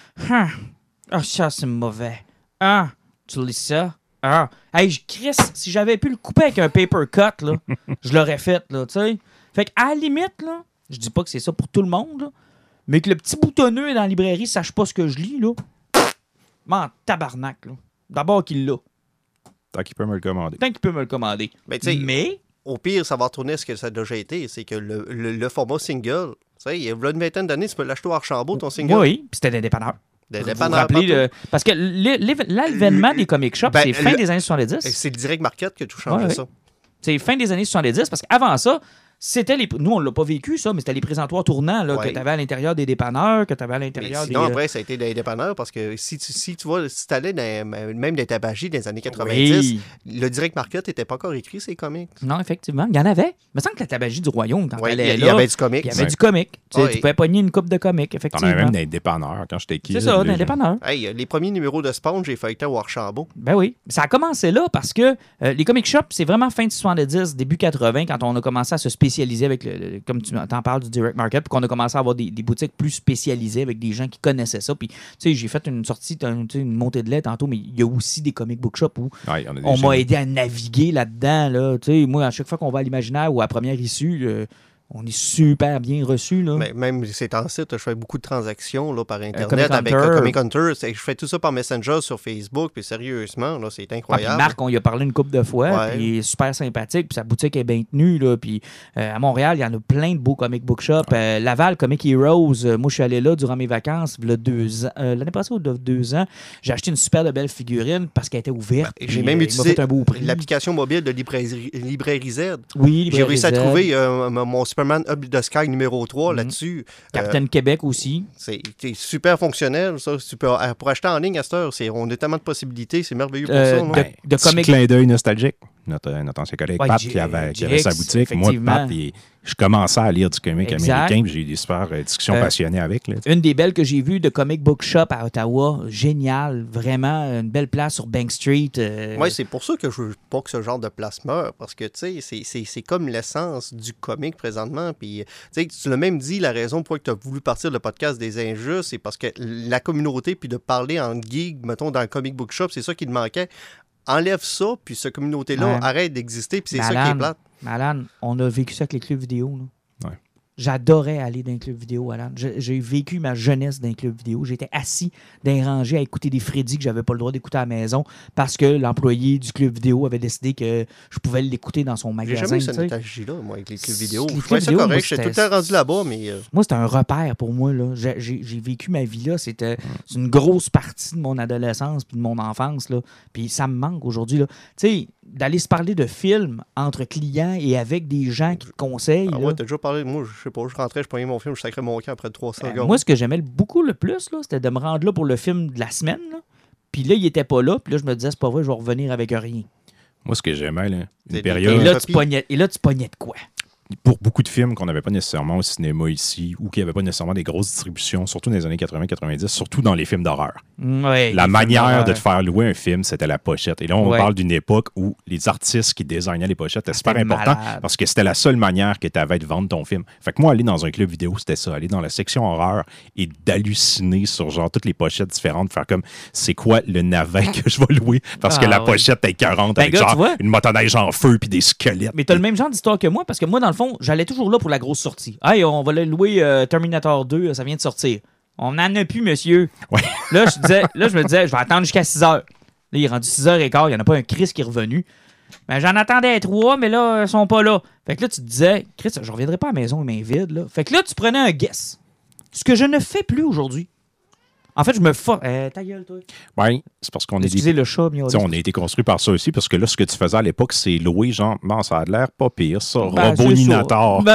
ça c'est mauvais. Tu lis ça? Hey, Chris, si j'avais pu le couper avec un paper cut, là, je l'aurais fait, là, tu sais. Fait qu'à la limite, là, je dis pas que c'est ça pour tout le monde, là, mais que le petit boutonneux dans la librairie sache pas ce que je lis, là, m'en tabarnak, là. D'abord qu'il l'a. Tant qu'il peut me le commander. Mais au pire, ça va retourner à ce que ça a déjà été. C'est que le format single, tu sais, il y a une vingtaine d'années, tu peux l'acheter au Archambault, ton single. Oui, puis c'était des dépanneurs. Parce que l'avènement des comic shops, c'est fin des années 70. C'est le direct market qui a tout changé, ça. C'est fin des années 70, parce qu'avant ça, c'était nous, on ne l'a pas vécu, ça, mais c'était les présentoirs tournants là, que tu avais à l'intérieur des dépanneurs, que tu avais à l'intérieur sinon, après, ça a été des dépanneurs, parce que si tu allais même des tabagies des années 90, le direct market n'était pas encore écrit, ces comics. Non, effectivement. Il y en avait. Il me semble que la tabagie du Royaume, quand elle est là, il y avait du comic. Il y avait du comic. Tu pouvais pogner une coupe de comics, effectivement. T'en avais même des dépanneurs quand j'étais kid. C'est ça, des dépanneurs. Hey, les premiers numéros de Spawn, j'ai feuilleté au Archambault. Ben oui. Ça a commencé là parce que les comic shops, c'est vraiment fin de 70, début 80, quand on a commencé à se spécialiser avec comme tu t'en parles du direct market, puis qu'on a commencé à avoir des boutiques plus spécialisées avec des gens qui connaissaient ça. Puis, tu sais, j'ai fait une sortie, une montée de lait tantôt, mais il y a aussi des comic book shops où on m'a aidé à naviguer là-dedans. Là. Tu sais, moi, à chaque fois qu'on va à l'Imaginaire ou à Première Issue, on est super bien reçus. Là. Mais même ces temps-ci, je fais beaucoup de transactions là, par Internet avec Comic Hunter. Je fais tout ça par Messenger sur Facebook. Puis sérieusement, là, c'est incroyable. Marc, on y a parlé une couple de fois. Puis il est super sympathique. Puis sa boutique est bien tenue. Là, puis à Montréal, il y en a plein de beaux comic book shops. Laval, Comic Heroes. Moi, je suis allé là durant mes vacances. L'année passée, ou 2 ans, j'ai acheté une super belle figurine parce qu'elle était ouverte. J'ai même utilisé l'application mobile de Librairie Z. Oui, j'ai réussi à trouver mon Superman Up the Sky numéro 3 là-dessus. Captain Québec aussi. C'est super fonctionnel, ça. Pour acheter en ligne à cette heure, on a tellement de possibilités, c'est merveilleux pour ça. Petit clin d'œil nostalgique. Notre ancien collègue Pat qui avait sa boutique. Moi, Pat, je commençais à lire du comic américain, puis j'ai eu des super discussions passionnées avec. Là. Une des belles que j'ai vues de Comic Book Shop à Ottawa, génial, vraiment, une belle place sur Bank Street. Oui, c'est pour ça que je veux pas que ce genre de place meure, parce que, tu sais, c'est comme l'essence du comic présentement, puis, tu l'as même dit, la raison pour laquelle tu as voulu partir le podcast des Injustes, c'est parce que la communauté, puis de parler en geek, mettons, dans le Comic Book Shop, c'est ça qui te manquait. Enlève ça, puis cette communauté-là arrête d'exister, puis c'est ça qui est plate. Alan, on a vécu ça avec les clubs vidéo. Là. Ouais. J'adorais aller dans un club vidéo, Alan. J'ai vécu ma jeunesse dans un club vidéo. J'étais assis dans un rangé à écouter des Freddy que j'avais pas le droit d'écouter à la maison parce que l'employé du club vidéo avait décidé que je pouvais l'écouter dans son magasin. J'ai jamais eu cette nostalgie-là, moi, avec les clubs vidéo. Je trouvais ça correct. J'étais tout le temps rendu là-bas, mais... Moi, c'était un repère pour moi. Là. J'ai vécu ma vie là. C'est une grosse partie de mon adolescence puis de mon enfance. Là. Puis ça me manque aujourd'hui. Tu sais, d'aller se parler de films entre clients et avec des gens qui te conseillent. Ah ouais, t'as déjà parlé. Moi, je sais pas, je rentrais, je prenais mon film, je sacrais mon camp après 300 secondes. Moi, ce que j'aimais beaucoup le plus, là, c'était de me rendre là pour le film de la semaine. Là. Puis là, il était pas là. Puis là, je me disais, c'est pas vrai, je vais revenir avec rien. Moi, ce que j'aimais, là, une période... Et là, tu pognais de quoi? Pour beaucoup de films qu'on n'avait pas nécessairement au cinéma ici ou qui n'avaient pas nécessairement des grosses distributions, surtout dans les années 80-90, surtout dans les films d'horreur. La manière de te faire louer un film, c'était la pochette. Et là, on parle d'une époque où les artistes qui designaient les pochettes étaient super importants parce que c'était la seule manière que tu avais de vendre ton film. Fait que moi, aller dans un club vidéo, c'était ça. Aller dans la section horreur et d'halluciner sur genre toutes les pochettes différentes, faire comme c'est quoi le navet que je vais louer parce que la pochette est écœurante avec genre une motoneige en feu puis des squelettes. Mais t'as le même genre d'histoire que moi parce que moi, dans le fond, j'allais toujours là pour la grosse sortie. Hey, on va le louer Terminator 2, ça vient de sortir. On n'en a plus, monsieur. Ouais. Là, je me disais, je vais attendre jusqu'à 6 heures. Là, il est rendu 6h15, il n'y en a pas un Chris qui est revenu. Ben, j'en attendais 3, mais là, ils sont pas là. Fait que là, tu te disais, Chris, je reviendrai pas à la maison les mains vides. Là. Fait que là, tu prenais un guess. Ce que je ne fais plus aujourd'hui. En fait, je me force. Ta gueule, toi. Oui, c'est parce qu'on est Excusez le chat, miaulé. On a été construit par ça aussi, parce que là, ce que tu faisais à l'époque, c'est louer, genre, bon, ça a l'air pas pire, ça. Roboninator.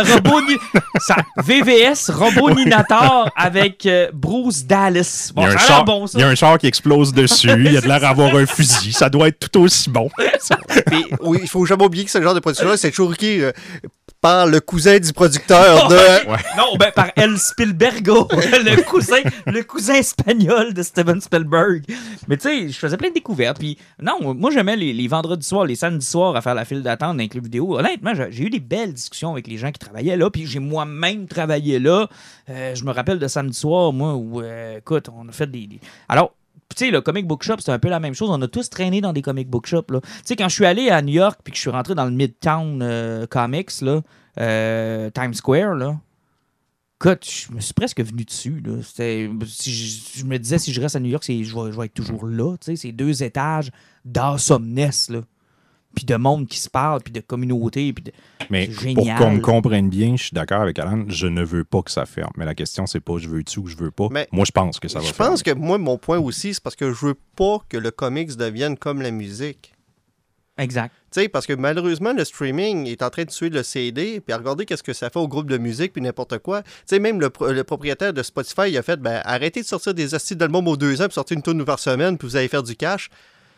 VVS, Roboninator avec Bruce Dallas. Bon, ça a l'air bon, ça. Il y a un char qui explose dessus, il y a de l'air d'avoir un fusil. Ça doit être tout aussi bon. Mais, oui, il faut jamais oublier que ce genre de production-là, c'est toujours par le cousin du producteur de... Ouais. Non, ben par El Spielbergo, le cousin espagnol de Steven Spielberg. Mais tu sais, je faisais plein de découvertes. Puis non, moi j'aimais les vendredis soirs, les samedis soirs à faire la file d'attente dans les clubs vidéo. Honnêtement, j'ai eu des belles discussions avec les gens qui travaillaient là. Puis j'ai moi-même travaillé là. Je me rappelle de samedi soir, moi, où, écoute, on a fait des... Alors, tu sais, le comic book shop, c'est un peu la même chose. On a tous traîné dans des comic book shops. Tu sais, quand je suis allé à New York puis que je suis rentré dans le Midtown Comics, là, Times Square, là, écoute, je me suis presque venu dessus. Là. Je me disais, si je reste à New York, je vais être toujours là. Tu sais, c'est 2 étages d'awesomeness, là. Puis de monde qui se parle, puis de communauté, puis de... Mais pour qu'on me comprenne bien, je suis d'accord avec Alan, je ne veux pas que ça ferme. Mais la question, c'est pas je veux-tu ou je veux pas. Mais moi, je pense que ça va fermer. Je pense que moi, mon point aussi, c'est parce que je veux pas que le comics devienne comme la musique. Exact. Tu sais, parce que malheureusement, le streaming est en train de tuer le CD, puis regardez qu'est-ce que ça fait au groupe de musique, puis n'importe quoi. Tu sais, même le propriétaire de Spotify, il a fait, arrêtez de sortir des hosties d'albums aux 2 ans, puis sortir une tourne par semaine, puis vous allez faire du cash.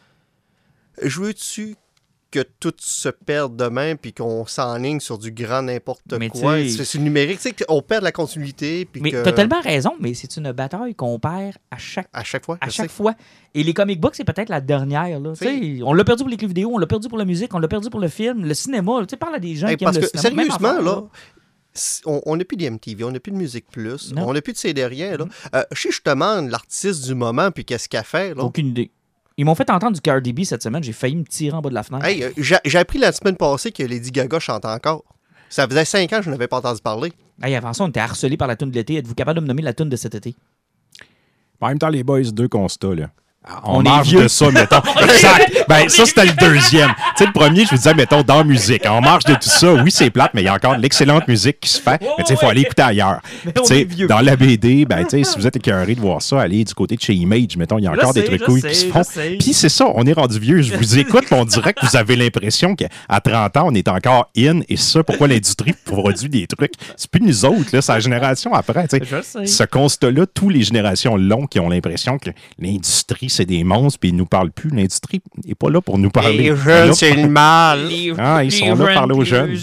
Je veux-tu que tout se perde demain puis qu'on s'enligne sur du grand n'importe quoi. C'est numérique. Tu sais, qu'on perd la continuité. Mais t'as tellement raison, mais c'est une bataille qu'on perd à chaque fois. À chaque fois. Et les comic books, c'est peut-être la dernière. Là. On l'a perdu pour les clips vidéo, on l'a perdu pour la musique, on l'a perdu pour le film, le cinéma. Tu sais, parle à des gens qui aiment le cinéma. Sérieusement, là, on n'a plus d'MTV, on n'a plus de Musique Plus, on n'a plus de CD rien. Si je te demande l'artiste du moment puis qu'est-ce qu'elle fait. Là, aucune idée. Ils m'ont fait entendre du Cardi B cette semaine. J'ai failli me tirer en bas de la fenêtre. Hey, j'ai appris la semaine passée que Lady Gaga chante encore. Ça faisait 5 ans que je n'avais pas entendu parler. Hey, avant ça, on était harcelés par la toune de l'été. Êtes-vous capable de me nommer la toune de cet été? En même temps, les boys, 2 constats, là. On marche de ça, mettons. Exact. Ben, ça, c'était le deuxième. Tu sais, le premier, je vous disais, mettons, dans musique. En marche de tout ça, oui, c'est plate, mais il y a encore de l'excellente musique qui se fait. Mais tu sais, il faut aller écouter ailleurs. Tu sais, dans la BD, ben, tu sais, si vous êtes écœuré de voir ça, allez du côté de chez Image, mettons, il y a encore des trucs qui se font. Puis c'est ça, on est rendu vieux. Je vous écoute, on dirait que vous avez l'impression qu'à 30 ans, on est encore in. Et ça, pourquoi l'industrie produit des trucs? C'est plus nous autres, là, c'est la génération après. Tu sais, ce constat-là, tous les générations longues qui ont l'impression que l'industrie, c'est des monstres, puis ils nous parlent plus. L'industrie n'est pas là pour nous parler. Les jeunes, c'est le mal. Ils sont là pour parler aux jeunes.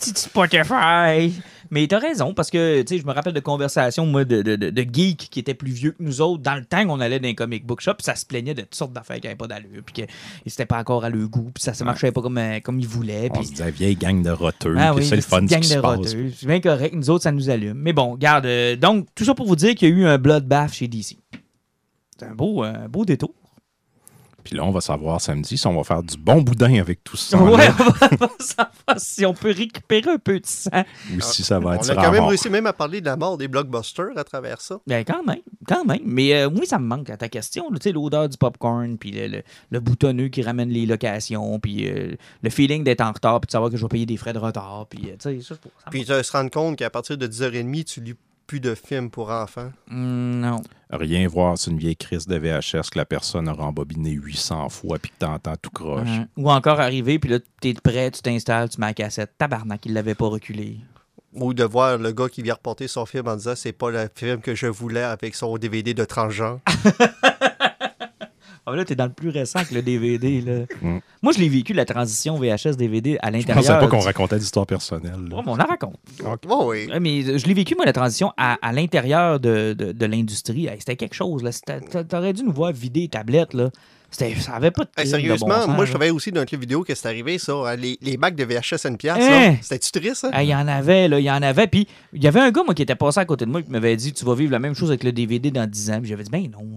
Spotify. Mais t'as raison, parce que, tu sais, je me rappelle de conversations, moi, de geeks qui étaient plus vieux que nous autres. Dans le temps, on allait dans un comic book shop, puis ça se plaignait de toutes sortes d'affaires qui n'avaient pas d'allure, puis que c'était pas encore à leur goût, puis ça ne marchait pas comme ils voulaient. On se disait, vieille gang de roteux, puis c'est le fun gang qui de se passe. C'est bien correct, nous autres, ça nous allume. Mais bon, regarde, donc, tout ça pour vous dire qu'il y a eu un bloodbath chez DC. C'est un beau détour. Puis là, on va savoir samedi si on va faire du bon boudin avec tout ça. Ouais, on va savoir si on peut récupérer un peu de sang. Ou si ça va être on a quand même réussi même à parler de la mort des blockbusters à travers ça. Ben quand même. Mais oui, ça me manque à ta question. Tu sais, l'odeur du popcorn, puis le boutonneux qui ramène les locations, puis le feeling d'être en retard, puis de savoir que je vais payer des frais de retard. Puis tu sais, ça puis de se rendre compte qu'à partir de 10h30, tu lis plus de films pour enfants. Non. Rien voir, c'est une vieille crise de VHS que la personne a rembobiné 800 fois puis que t'entends tout croche. Ou encore arriver, puis là, t'es prêt, tu t'installes, tu mets la cassette. Tabarnak, il l'avait pas reculé. Ou de voir le gars qui vient reporter son film en disant « C'est pas le film que je voulais » avec son DVD de transgenre. Là, t'es dans le plus récent que le DVD. Là. Moi, je l'ai vécu, la transition VHS-DVD à l'intérieur. Je pensais pas qu'on racontait d'histoires personnelles. Ouais, mais on la raconte. Okay. Oh, oui. Mais je l'ai vécu, moi, la transition à l'intérieur de l'industrie. Hey, c'était quelque chose. Là. T'aurais dû nous voir vider les tablettes. Là. Ça n'avait pas de sérieusement, de bon sens, moi, je travaillais aussi dans un club vidéo que c'est arrivé, ça. Les bacs de VHS à une pièce, c'était-tu triste, ça? Il y en avait. Puis, il y avait un gars, moi, qui était passé à côté de moi qui m'avait dit « Tu vas vivre la même chose avec le DVD dans 10 ans. » Puis j'avais dit « Ben non.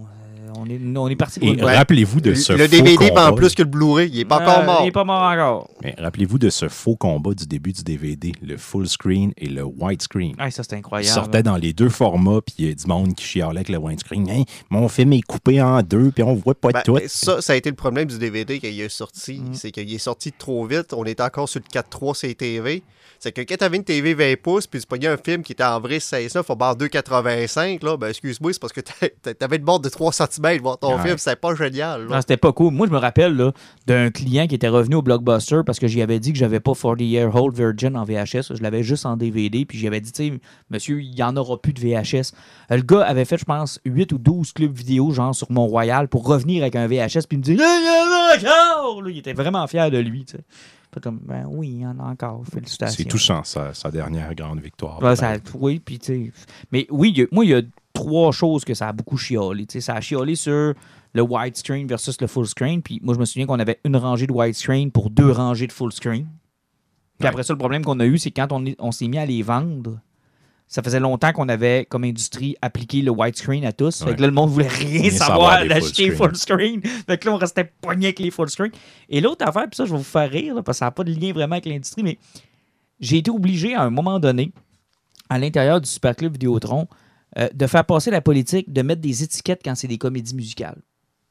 on est parti. Et rappelez-vous de ce le faux DVD combat. prend plus que le Blu-ray. Il n'est pas encore mort. Il n'est pas mort encore. Mais rappelez-vous de ce faux combat du début du DVD, le full screen et le widescreen. Ah, ça, c'est Il incroyable. sortait dans les deux formats, puis il y a du monde qui chialait avec le widescreen. Hey, mon film est coupé en deux, puis on voit pas tout. Ça a été le problème du DVD quand il est sorti. C'est qu'il est sorti trop vite. On était encore sur le 4.3 CTV. C'est que quand tu avais une TV 20 pouces, puis tu pognais un film qui était en vrai 16.9, au bord 2.85, là, ben excuse-moi, c'est parce que t'avais une bande de 3 cm voir ton film, c'était pas génial. Non, c'était pas cool. Moi, je me rappelle là, d'un client qui était revenu au Blockbuster parce que j'y avais dit que j'avais pas 40-year-old Virgin en VHS. Je l'avais juste en DVD, puis j'y avais dit, tu sais, monsieur, il y en aura plus de VHS. Le gars avait fait, je pense, 8 ou 12 clubs vidéo, genre sur Mont-Royal, pour revenir avec un VHS, puis il me dit, encore! Il était vraiment fier de lui, tu sais. Pas comme, ben oui, il y en a encore. Félicitations. C'est touchant, sa dernière grande victoire. Ouais, oui, puis tu sais. Mais oui, il y a 3 choses que ça a beaucoup chiolé. Tu sais, ça a chiolé sur le widescreen versus le full screen. Puis moi, je me souviens qu'on avait une rangée de widescreen pour 2 rangées de full screen. Puis après ça, le problème qu'on a eu, c'est quand on s'est mis à les vendre, ça faisait longtemps qu'on avait, comme industrie, appliqué le widescreen à tous. Fait que là, le monde voulait rien savoir d'acheter full screen. Fait que là, on restait pogné avec les full screen. Et l'autre affaire, puis ça, je vais vous faire rire, là, parce que ça n'a pas de lien vraiment avec l'industrie, mais j'ai été obligé, à un moment donné, à l'intérieur du Superclub Vidéotron, de faire passer la politique de mettre des étiquettes quand c'est des comédies musicales.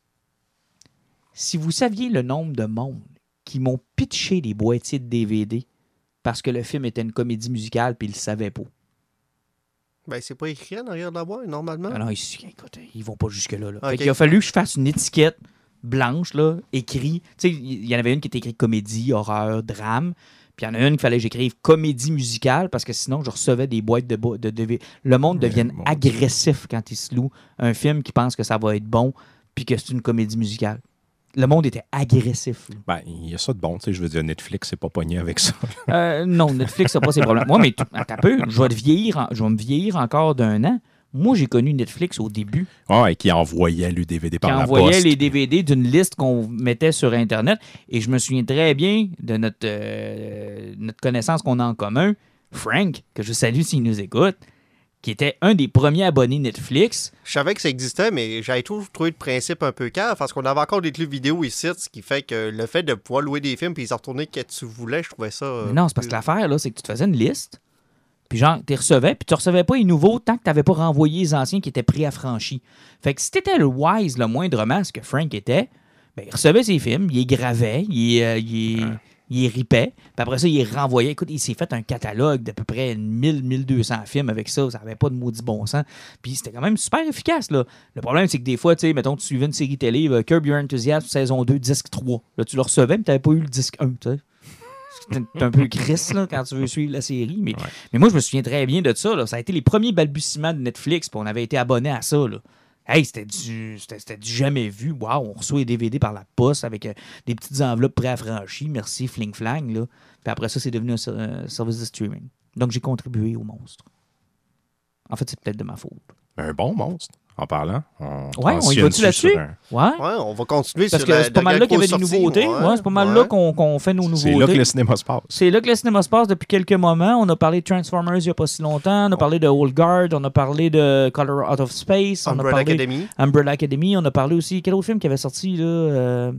Si vous saviez le nombre de monde qui m'ont pitché des boîtiers de DVD parce que le film était une comédie musicale puis ils le savaient pas. Ben, c'est pas écrit en arrière de la boîte, normalement. Alors, écoute, ils vont pas jusque-là. Là. Okay. Fait qu'il a fallu que je fasse une étiquette blanche, là, écrit. Tu sais, il y en avait une qui était écrite comédie, horreur, drame. Puis il y en a une qu'il fallait que j'écrive comédie musicale parce que sinon, je recevais des boîtes de DVD. Le monde devient agressif quand il se loue un film qui pense que ça va être bon puis que c'est une comédie musicale. Le monde était agressif. Ben, il y a ça de bon, tu sais, je veux dire, Netflix, c'est pas pogné avec ça. Non, Netflix n'a pas ses problèmes. Moi, mais attends un peu, je vais me vieillir encore d'1 an. Moi, j'ai connu Netflix au début. Ouais, qui envoyait le DVD par la poste. Qui envoyait les DVD d'une liste qu'on mettait sur Internet. Et je me souviens très bien de notre connaissance qu'on a en commun, Frank, que je salue s'il nous écoute, qui était un des premiers abonnés Netflix. Je savais que ça existait, mais j'avais toujours trouvé le principe un peu cave parce qu'on avait encore des clubs vidéo ici, ce qui fait que le fait de pouvoir louer des films puis les retourner quand tu voulais, je trouvais ça... Mais non, c'est parce que l'affaire, là, c'est que tu te faisais une liste, puis genre, tu recevais, puis tu recevais pas les nouveaux tant que tu n'avais pas renvoyé les anciens qui étaient préaffranchis. Fait que si tu étais le wise, le moindrement, ce que Frank était, ben, il recevait ses films, il les gravait, il ripait, puis après ça, il renvoyait. Écoute, il s'est fait un catalogue d'à peu près 1000-1200 films avec ça. Ça n'avait pas de maudit bon sens. Puis c'était quand même super efficace, là. Le problème, c'est que des fois, tu sais, mettons, tu suivais une série télé, Curb Your Enthusiasm, saison 2, disque 3. Là, tu le recevais, mais tu n'avais pas eu le disque 1, tu sais. C'était un peu crisse, là, quand tu veux suivre la série. Mais moi, je me souviens très bien de ça, là. Ça a été les premiers balbutiements de Netflix, puis on avait été abonnés à ça, là. Hey, c'était du jamais vu. Wow, on reçoit les DVD par la poste avec des petites enveloppes préaffranchies. Merci, fling flang. Là. Puis après ça, c'est devenu un service de streaming. Donc, j'ai contribué au monstre. En fait, c'est peut-être de ma faute. Un bon monstre, en parlant. Ouais, on y va-tu là-dessus? Ouais, on va continuer parce que c'est pas mal là qu'il y avait des nouveautés. Ouais, c'est pas mal là qu'on fait nos nouveautés. C'est là que le cinéma se passe. C'est là que le cinéma se passe depuis quelques moments. On a parlé de Transformers il n'y a pas si longtemps. On a parlé de Old Guard. On a parlé de Color Out of Space. Umbrella Academy. Umbrella Academy. On a parlé aussi... Quel autre film qui avait sorti, là?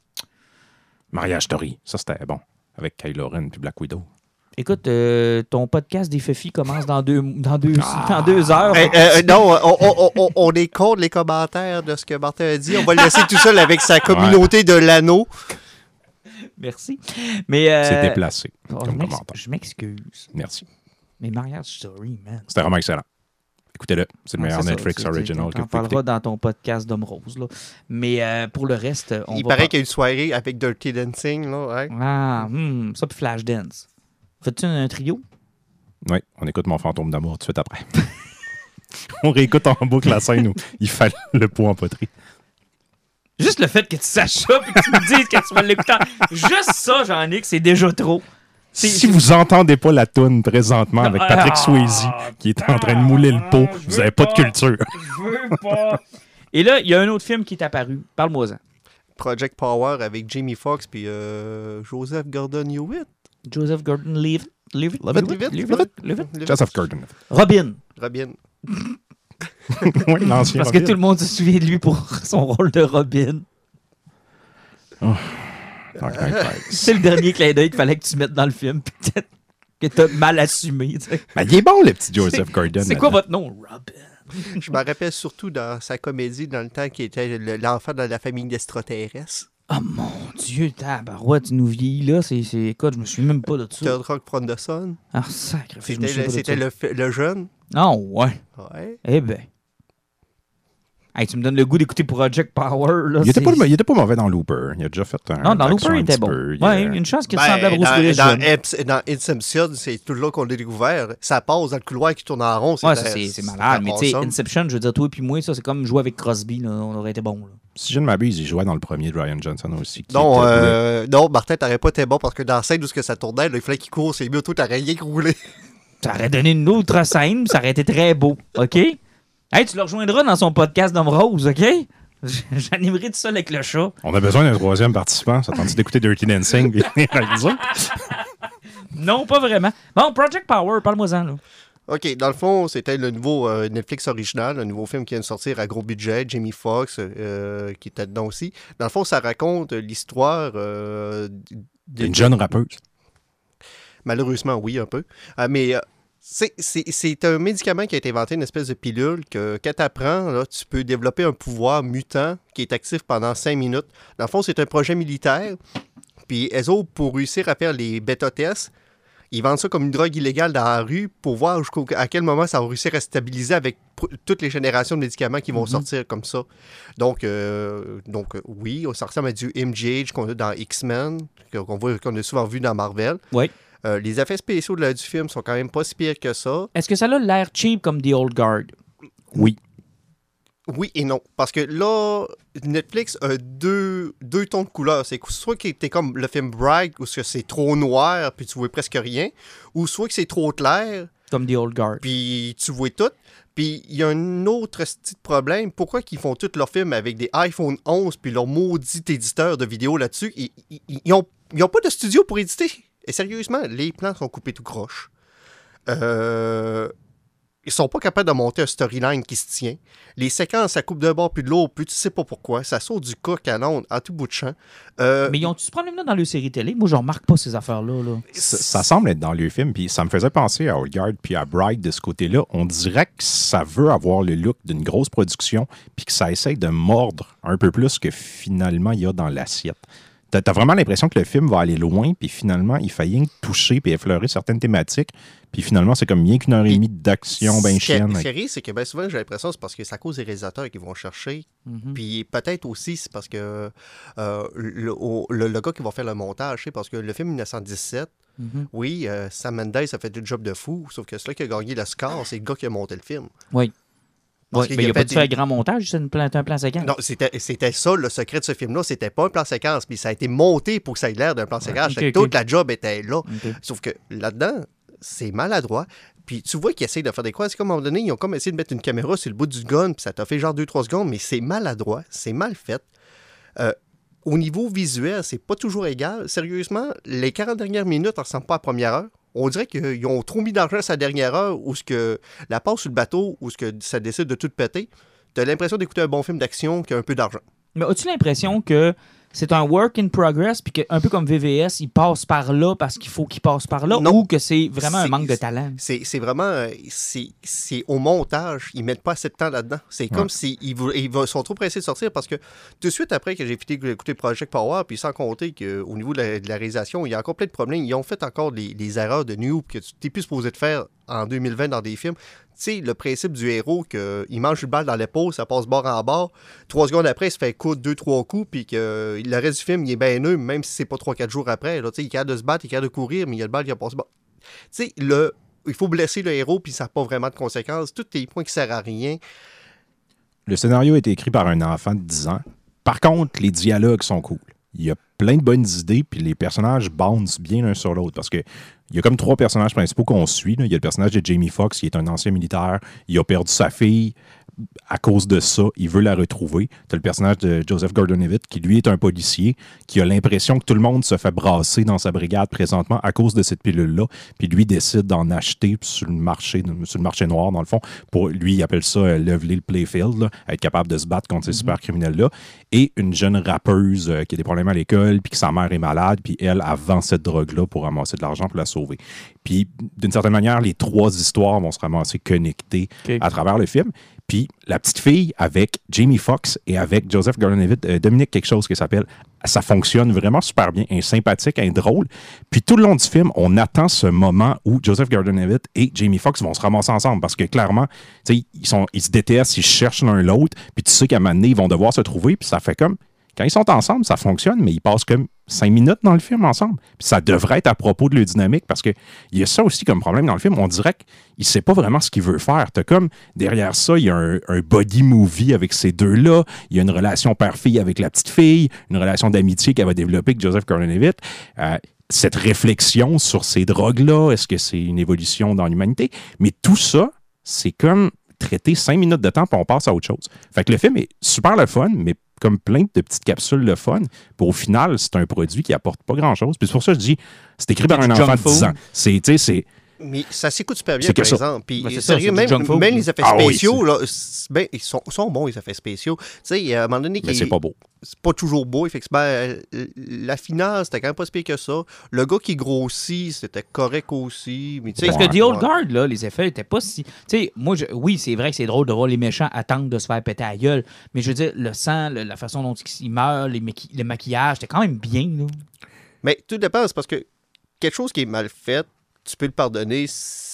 Mariage Story. Ça, c'était bon. Avec Kylo Ren puis Black Widow. Écoute, ton podcast des Fefi commence dans 2 heures. Non, on est contre les commentaires de ce que Martin a dit. On va le laisser tout seul avec sa communauté de l'anneau. Merci. Mais, c'est déplacé comme commentaire. Je m'excuse. Merci. Mais Mariage Story, man. C'était vraiment excellent. Écoutez-le. C'est le meilleur Netflix original que vous pouvez écouter. On parlera dans ton podcast d'Homme Rose. Là. Mais pour le reste, il paraît qu'il y a une soirée avec Dirty Dancing. Là, hein? Ça puis Flashdance. Fais-tu un trio? Oui, on écoute Mon fantôme d'amour tout de suite après. On réécoute en boucle la scène où il fait le pot en poterie. Juste le fait que tu saches ça et que tu me dises que tu vas l'écouter. Juste ça, Jean-Nic, c'est déjà trop. Si vous n'entendez pas la toune présentement avec Patrick Swayze qui est en train de mouler le pot, vous n'avez pas de culture. Je veux pas. Et là, il y a un autre film qui est apparu. Parle-moi-en. Project Power avec Jamie Foxx puis Joseph Gordon-Levitt. Joseph Gordon-Levitt. Joseph Gordon. Robin. Oui, l'ancien Parce Robin. que tout le monde se souvient de lui pour son rôle de Robin. Dark Knight Rises. C'est le dernier clin d'œil qu'il fallait que tu mettes dans le film. Peut-être que t'as mal assumé. Tu sais. Ben, il est bon, le petit Joseph Gordon. C'est quoi votre nom? Robin. Je me rappelle surtout dans sa comédie, dans le temps, qui était l'enfant dans la famille d'extraterrestres. Oh mon Dieu, tabarouette, tu nous vieillis là. Écoute, je me souviens même pas de ça. Todd Rock Pronderson. Ah, sacré. C'était le jeune. Ah, ouais. Ouais. Eh ben. Hey, tu me donnes le goût d'écouter Project Power. Là, Il était pas mauvais dans Looper. Il a déjà fait un. Non, dans action Looper, il un était petit bon. peu. Ouais, une chance qu'il ressemblait à Bruce Willis. Dans Inception, c'est tout là qu'on l'a découvert. Ça passe dans le couloir qui tourne en rond. Ouais, c'est malade. Mais tu sais, Inception, je veux dire, toi et puis moi, ça, c'est comme jouer avec Crosby. Là, on aurait été bon. Là. Si je ne m'abuse, il jouait dans le premier de Ryan Johnson aussi. Non, Martin, t'aurais pas été bon parce que dans la scène où ça tournait, là, il fallait qu'il court, c'est mieux, toi, t'aurais rien roulé. Ça aurait donné une autre scène, ça aurait été très beau. OK? Hey, tu le rejoindras dans son podcast d'Homme Rose, OK? J'animerai tout seul avec le chat. On a besoin d'un troisième participant. Ça tente d'écouter Dirty Dancing et réaliser? Non, pas vraiment. Bon, Project Power, parle-moi-en. Là. OK, dans le fond, c'était le nouveau Netflix original, un nouveau film qui vient de sortir à gros budget, Jamie Foxx qui était dedans aussi. Dans le fond, ça raconte l'histoire d'une jeune rappeuse. Malheureusement, oui, un peu. Mais c'est un médicament qui a été inventé, une espèce de pilule que quand tu apprends, là, tu peux développer un pouvoir mutant qui est actif pendant 5 minutes. Dans le fond, c'est un projet militaire. Puis, eux autres, pour réussir à faire les bêta-tests, ils vendent ça comme une drogue illégale dans la rue pour voir à quel moment ça va réussir à stabiliser avec toutes les générations de médicaments qui vont sortir comme ça. Donc oui, ça ressemble à du MGH qu'on a dans X-Men, qu'on a souvent vu dans Marvel. Oui. Les effets spéciaux du film sont quand même pas si pires que ça. Est-ce que ça a l'air cheap comme The Old Guard? Oui. Oui et non. Parce que là, Netflix a deux tons de couleur. C'est soit que t'es comme le film Bright, où c'est trop noir, puis tu vois presque rien, ou soit que c'est trop clair. Comme The Old Guard. Puis tu vois tout. Puis il y a un autre petit problème. Pourquoi qu'ils font tous leurs films avec des iPhone 11 puis leur maudit éditeur de vidéos là-dessus? Ils ont pas de studio pour éditer. Et sérieusement, les plans sont coupés tout croche. Ils sont pas capables de monter un storyline qui se tient. Les séquences, ça coupe d'un bord puis de l'autre, puis tu sais pas pourquoi. Ça saute du coq à l'onde à tout bout de champ. Mais ils ont-tu ce problème-là dans le série télé? Moi, je remarque pas ces affaires-là. Là. Ça semble être dans le film, puis ça me faisait penser à Old Guard puis à Bright de ce côté-là. On dirait que ça veut avoir le look d'une grosse production, puis que ça essaye de mordre un peu plus que finalement il y a dans l'assiette. T'as vraiment l'impression que le film va aller loin, puis finalement, il fait rien que toucher puis effleurer certaines thématiques, puis finalement, c'est comme rien qu'une heure et demie d'action ben chienne. Ce qui arrive, c'est que ben souvent, j'ai l'impression que c'est parce que c'est à cause des réalisateurs qui vont chercher. Puis peut-être aussi, c'est parce que le gars qui va faire le montage, c'est parce que le film 1917, oui, Sam Mendes a fait du job de fou, sauf que celui qui a gagné le score, c'est le gars qui a monté le film. Oui. Oui, mais il n'a pas dû faire grand montage, c'est un plan séquence. Non, c'était ça, le secret de ce film-là. C'était pas un plan séquence, puis ça a été monté pour que ça ait l'air d'un plan séquence. Toute la job était là. Sauf que là-dedans, c'est maladroit. Puis tu vois qu'ils essayent de faire des quoi. C'est comme à un moment donné, ils ont comme essayé de mettre une caméra sur le bout du gun, puis ça t'a fait genre 2-3 secondes, mais c'est maladroit, c'est mal fait. Au niveau visuel, c'est pas toujours égal. Sérieusement, les 40 dernières minutes ne ressemblent pas à la première heure. On dirait qu'ils ont trop mis d'argent à sa dernière heure où ce que la passe sur le bateau, où ce que ça décide de tout péter. T'as l'impression d'écouter un bon film d'action qui a un peu d'argent. Mais as-tu l'impression que c'est un work in progress, puis qu'un peu comme VVS, il passe par là parce qu'il faut qu'il passe par là, ou que c'est vraiment un manque de talent? C'est vraiment... C'est au montage. Ils mettent pas assez de temps là-dedans. C'est comme s'ils sont trop pressés de sortir parce que tout de suite après que j'ai fini d'écouter Project Power, puis sans compter qu'au niveau de la réalisation, il y a encore plein de problèmes. Ils ont fait encore des erreurs de noob que tu n'es plus supposé de faire en 2020 dans des films. Tu sais, le principe du héros, qu'il mange une balle dans l'épaule, ça passe bord en bord. 3 secondes après, il se fait coudre 2-3 coups, puis que le reste du film, il est bien neuf, même si c'est pas 3-4 jours après. Là, il est capable de se battre, il est capable de courir, mais il y a le balle qui a passé bord. Tu sais, il faut blesser le héros, puis ça n'a pas vraiment de conséquences. Tous les points qui ne servent à rien. Le scénario a été écrit par un enfant de 10 ans. Par contre, les dialogues sont cool. Il y a plein de bonnes idées, puis les personnages bouncent bien l'un sur l'autre. Parce que il y a comme 3 personnages principaux qu'on suit. Là. Il y a le personnage de Jamie Foxx, qui est un ancien militaire. Il a perdu sa fille. à cause de ça, il veut la retrouver. Tu as le personnage de Joseph Gordon-Levitt qui, lui, est un policier qui a l'impression que tout le monde se fait brasser dans sa brigade présentement à cause de cette pilule-là. Puis lui décide d'en acheter sur le marché noir, dans le fond. Pour lui, il appelle ça leveler le playfield, là, être capable de se battre contre ces super criminels-là. Et une jeune rappeuse qui a des problèmes à l'école, puis que sa mère est malade, puis elle vend cette drogue-là pour ramasser de l'argent pour la sauver. Puis, d'une certaine manière, les trois histoires vont se ramasser connectées à travers le film. Puis, la petite fille avec Jamie Foxx et avec Joseph Gordon-Levitt, Dominique quelque chose qui s'appelle, ça fonctionne vraiment super bien, elle est sympathique, elle est drôle. Puis, tout le long du film, on attend ce moment où Joseph Gordon-Levitt et Jamie Foxx vont se ramasser ensemble parce que, clairement, ils se détestent, ils cherchent l'un l'autre, puis tu sais qu'à un moment donné, ils vont devoir se trouver, puis ça fait comme... Quand ils sont ensemble, ça fonctionne, mais ils passent comme 5 minutes dans le film ensemble. Puis ça devrait être à propos de leur dynamique, parce qu'il y a ça aussi comme problème dans le film. On dirait qu'il ne sait pas vraiment ce qu'il veut faire. T'as comme, derrière ça, il y a un body movie avec ces deux-là. Il y a une relation père-fille avec la petite fille, une relation d'amitié qu'elle va développer avec Joseph Gordon-Levitt. Cette réflexion sur ces drogues-là, est-ce que c'est une évolution dans l'humanité? Mais tout ça, c'est comme traiter 5 minutes de temps, puis on passe à autre chose. Fait que le film est super le fun, mais comme plein de petites capsules de fun. Puis au final, c'est un produit qui apporte pas grand-chose. Puis c'est pour ça que je dis, c'est écrit par un enfant de 10 ans. C'est mais ça s'écoute super bien, par exemple. Puis, sérieux, même les effets spéciaux, là, ils sont bons, les effets spéciaux. Tu sais, à un moment donné... Mais c'est pas beau. C'est pas toujours beau, effectivement. La finale, c'était quand même pas si pire que ça. Le gars qui grossit, c'était correct aussi. Mais parce que The Old Guard, là, les effets étaient pas si... Tu sais, moi, oui, c'est vrai que c'est drôle de voir les méchants attendre de se faire péter à la gueule, mais je veux dire, le sang, la façon dont ils meurent, le maquillage, c'était quand même bien, là. Mais tout dépend, c'est parce que quelque chose qui est mal fait, tu peux le pardonner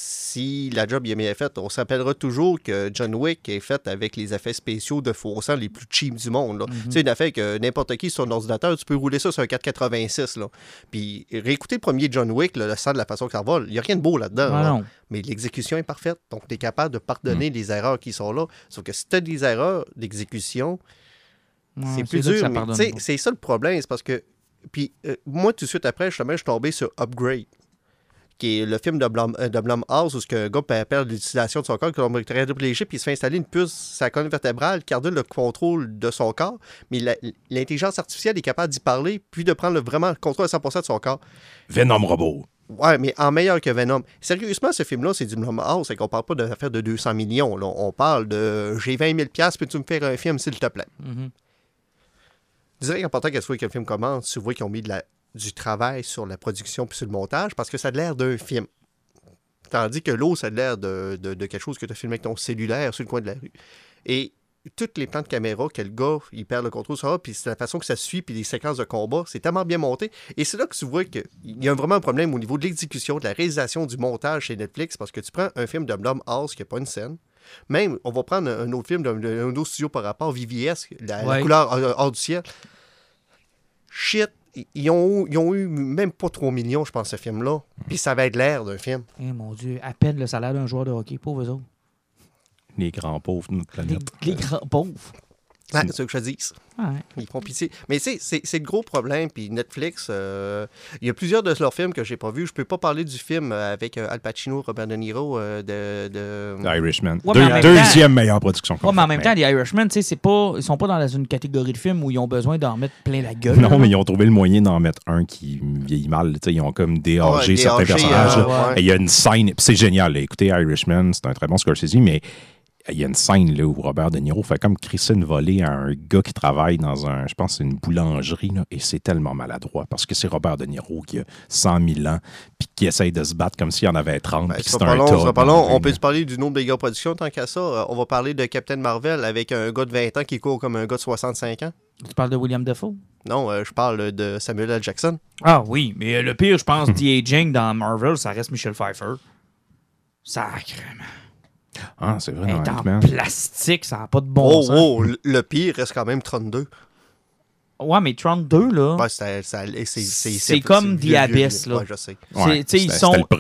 si la job est bien faite. On s'appellera toujours que John Wick est fait avec les effets spéciaux de faux sang les plus cheap du monde. Tu sais, une affaire que n'importe qui sur un ordinateur, tu peux rouler ça sur un 486. Là. Puis réécouter le premier John Wick, là, le sang de la façon que ça vole, il n'y a rien de beau là-dedans. Là. Mais l'exécution est parfaite. Donc, tu es capable de pardonner les erreurs qui sont là. Sauf que si tu as des erreurs d'exécution, c'est plus dur. C'est ça le problème. C'est parce que... Puis moi, tout de suite après, je suis tombé sur Upgrade, qui est le film de Blumhouse où un gars perd l'utilisation de son corps, qu'il est quadriplégique, puis il se fait installer une puce sur sa colonne vertébrale qui redonne le contrôle de son corps. Mais l'intelligence artificielle est capable d'y parler, puis de prendre vraiment le contrôle à 100% de son corps. Venom Robot. Ouais, mais en meilleur que Venom. Sérieusement, ce film-là, c'est du Blumhouse, c'est qu'on parle pas d'une affaire de 200 millions. Là. On parle de « j'ai 20 000 $, peux-tu me faire un film, s'il te plaît? Je dirais qu'en partant, qu'à ce fois que le film commence, tu vois qu'ils ont mis du travail sur la production puis sur le montage parce que ça a l'air d'un film. Tandis que l'autre, ça a l'air de quelque chose que tu as filmé avec ton cellulaire sur le coin de la rue. Et toutes les plans de caméra que le gars, il perd le contrôle sur ça, puis c'est la façon que ça suit, puis les séquences de combat, c'est tellement bien monté. Et c'est là que tu vois qu'il y a vraiment un problème au niveau de l'exécution, de la réalisation, du montage chez Netflix, parce que tu prends un film de Blumhouse qui n'a pas une scène. Même, on va prendre un autre film d'un autre studio par rapport, VVS, la couleur hors du ciel. Shit! Ils ont eu même pas 3 millions, je pense, ce film-là. Puis ça va être l'air d'un film. Eh mon Dieu, à peine le salaire d'un joueur de hockey, pauvres eux autres. Les grands pauvres de notre planète. Les grands pauvres. Ouais, c'est ce que je dis. Ouais. Ils font pitié. Mais c'est le gros problème. Puis Netflix, il y a plusieurs de leurs films que j'ai pas vus. Je peux pas parler du film avec Al Pacino, Robert De Niro, The Irishman. Ouais, Deuxième meilleure production. Ouais, mais en même temps, The Irishman, ils sont pas dans une catégorie de films où ils ont besoin d'en mettre plein la gueule. Non, mais ils ont trouvé le moyen d'en mettre un qui vieillit mal. Ils ont comme déagé certains personnages. Il y a une scène, c'est génial. Là. Écoutez, Irishman, c'est un très bon Scorsese, mais il y a une scène là, où Robert De Niro fait comme crisser une volée à un gars qui travaille dans je pense, une boulangerie, là, et c'est tellement maladroit parce que c'est Robert De Niro qui a 100 000 ans puis qui essaye de se battre comme s'il y en avait 30. Ben, c'est pas long. On peut se parler du nombre de gars production tant qu'à ça. On va parler de Captain Marvel avec un gars de 20 ans qui court comme un gars de 65 ans. Tu parles de William Dafoe? Non, je parle de Samuel L. Jackson. Ah oui, mais le pire, je pense, de-aging dans Marvel, ça reste Michelle Pfeiffer. Sacrément. Ah, c'est vrai. En plastique, ça n'a pas de bon sens. Oh, le pire reste quand même 32. Ouais, mais 32, là. Ouais, c'est comme The Abyss, là. Ouais, je sais. Ouais, ils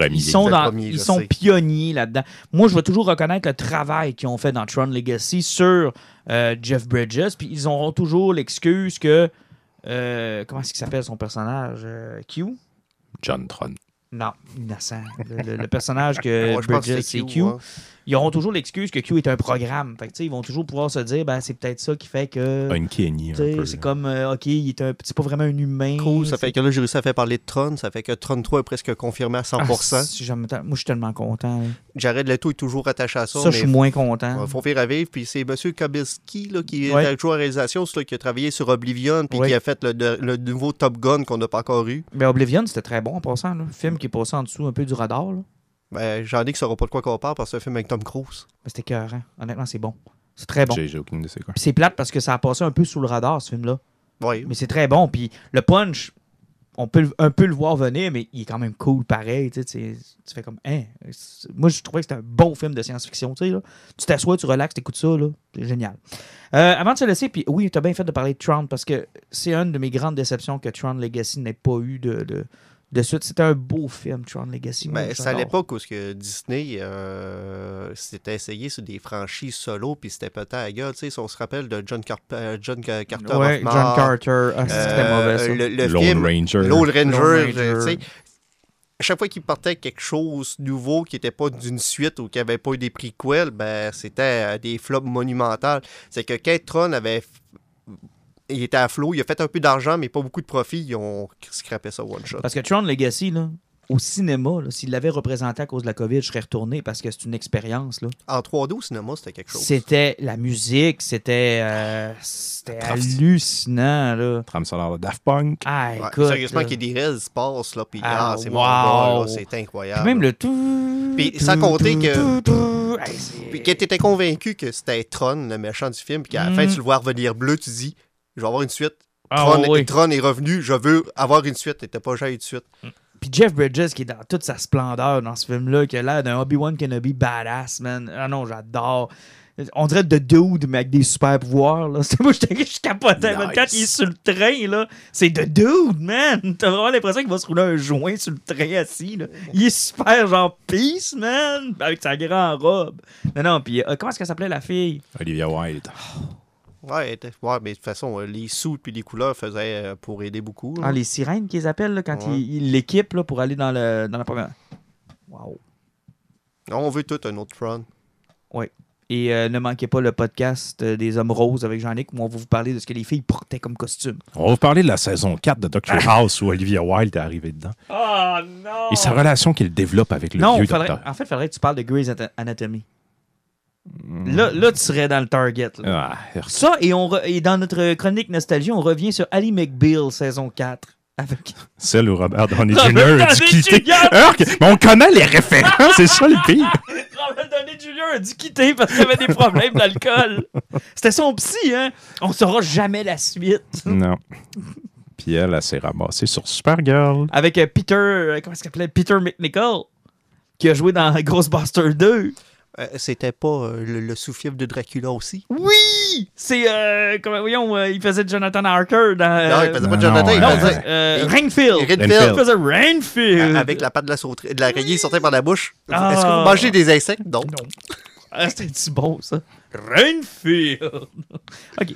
sont pionniers là-dedans. Moi, je vais toujours reconnaître le travail qu'ils ont fait dans Tron Legacy sur Jeff Bridges. Puis ils auront toujours l'excuse que. Comment est-ce qu'il s'appelle son personnage? Q? John Tron. Non, innocent. Le personnage que Ouais, je pense Bridges, c'est c'est Q. ouais. Ils auront toujours l'excuse que Q est un programme. Fait que, ils vont toujours pouvoir se dire, c'est peut-être ça qui fait que... Un Kenny, un peu. C'est comme, OK, c'est pas vraiment un humain. Cool, ça fait que là, j'ai réussi à faire parler de Tron. Ça fait que Tron 3 est presque confirmé à 100%. Moi, je suis tellement content. Là. Jared Leto est toujours attaché à ça. Ça, je suis moins content. Il faut faire à vivre. Puis c'est M. Kabilski là, qui est toujours en réalisation, là, qui a travaillé sur Oblivion puis qui a fait le nouveau Top Gun qu'on n'a pas encore eu. Mais Oblivion, c'était très bon en passant. Là. Film qui est passé en dessous un peu du radar. Là. Ben, j'en ai qui ne sauront pas de quoi qu'on parle parce que c'est un film avec Tom Cruise. Mais c'était écœurant. Honnêtement, c'est bon. C'est très bon. J'ai aucune idée c'est quoi. Puis c'est plate parce que ça a passé un peu sous le radar, ce film-là. Oui. Mais c'est très bon. Puis le punch, on peut un peu le voir venir, mais il est quand même cool pareil. Tu fais comme, moi, je trouvais que c'était un bon film de science-fiction. Là. Tu t'assois, tu relaxes, tu écoutes ça. Là. C'est génial. Avant de se laisser, puis oui, tu as bien fait de parler de Tron parce que c'est une de mes grandes déceptions que Tron Legacy n'ait pas eu de suite. C'était un beau film, Tron Legacy. Ben, c'est à l'époque où Disney s'était essayé sur des franchises solo, puis c'était peut-être à la gueule. Si on se rappelle de John Carter. Ouais, John Carter. C'était mauvais, ça. Le Lone film, Ranger. Lone Ranger. À chaque fois qu'il partait quelque chose de nouveau qui n'était pas d'une suite ou qui n'avait pas eu des prequels, ben, c'était des flops monumentales. C'est que quand Tron il était à flot, il a fait un peu d'argent, mais pas beaucoup de profit. Ils ont scrappé ça one shot. Parce que Tron Legacy, là, au cinéma, s'il l'avait représenté à cause de la COVID, je serais retourné parce que c'est une expérience. Là. En 3D au cinéma, c'était quelque chose. C'était la musique, c'était hallucinant. Là. Trame sonore de Daft Punk. Ah, Ouais, écoute, sérieusement, qu'il y ait des rêves se passent, là, puis c'est wow. mon gars, c'est incroyable. Puis même le tout. Puis sans compter que. Hey, Puis quand t'étais convaincu que c'était Tron, le méchant du film, puis qu'à la fin, tu le vois revenir bleu, tu dis, je vais avoir une suite. Tron est revenu, je veux avoir une suite. T'étais pas jamais eu de suite. Puis Jeff Bridges qui est dans toute sa splendeur dans ce film-là, qui a l'air d'un Obi-Wan Kenobi badass, man. Ah non, j'adore. On dirait de Dude, mais avec des super pouvoirs. Là. Moi, je capotais. Nice. Quand il est sur le train, là, c'est de Dude, man. T'as vraiment l'impression qu'il va se rouler un joint sur le train assis. Là. Il est super genre peace, man, avec sa grande robe. Non, puis comment est-ce qu'elle s'appelait, la fille? Olivia Wilde. Ouais, mais de toute façon, les sous et les couleurs faisaient pour aider beaucoup. Là. Ah, les sirènes qu'ils appellent là, quand ils l'équipent là, pour aller dans la première. Wow. Non, on veut tout un autre Tron. Oui. Et ne manquez pas le podcast des Hommes Roses avec Jean-Nic où on va vous parler de ce que les filles portaient comme costume. On va vous parler de la saison 4 de Dr. House où Olivia Wilde est arrivée dedans. Oh non! Et sa relation qu'il développe avec le vieux docteur. En fait, il faudrait que tu parles de Grey's Anatomy. Là, tu serais dans le target. Là. Ça, et dans notre chronique Nostalgie, on revient sur Ally McBeal, saison 4. Avec... Celle où Robert Downey Jr. a dû quitter. Mais on connaît les références, c'est ça le pire. Robert Downey Jr. a dû quitter parce qu'il avait des problèmes d'alcool. C'était son psy, hein? On saura jamais la suite. Non. Puis elle s'est ramassée sur Supergirl. Avec Peter, comment est-ce qu'il s'appelait? Peter McNichol, qui a joué dans Ghostbusters 2. C'était pas le sous-fifre de Dracula aussi? Oui! C'est, il faisait Jonathan Harker dans... non, il faisait pas Jonathan, il faisait... Rainfield. Il faisait Rainfield. Avec la patte de l'araignée qui sortait par la bouche. Est-ce que vous mangez des insectes? Non. C'était si bon, ça. Rainfield. OK.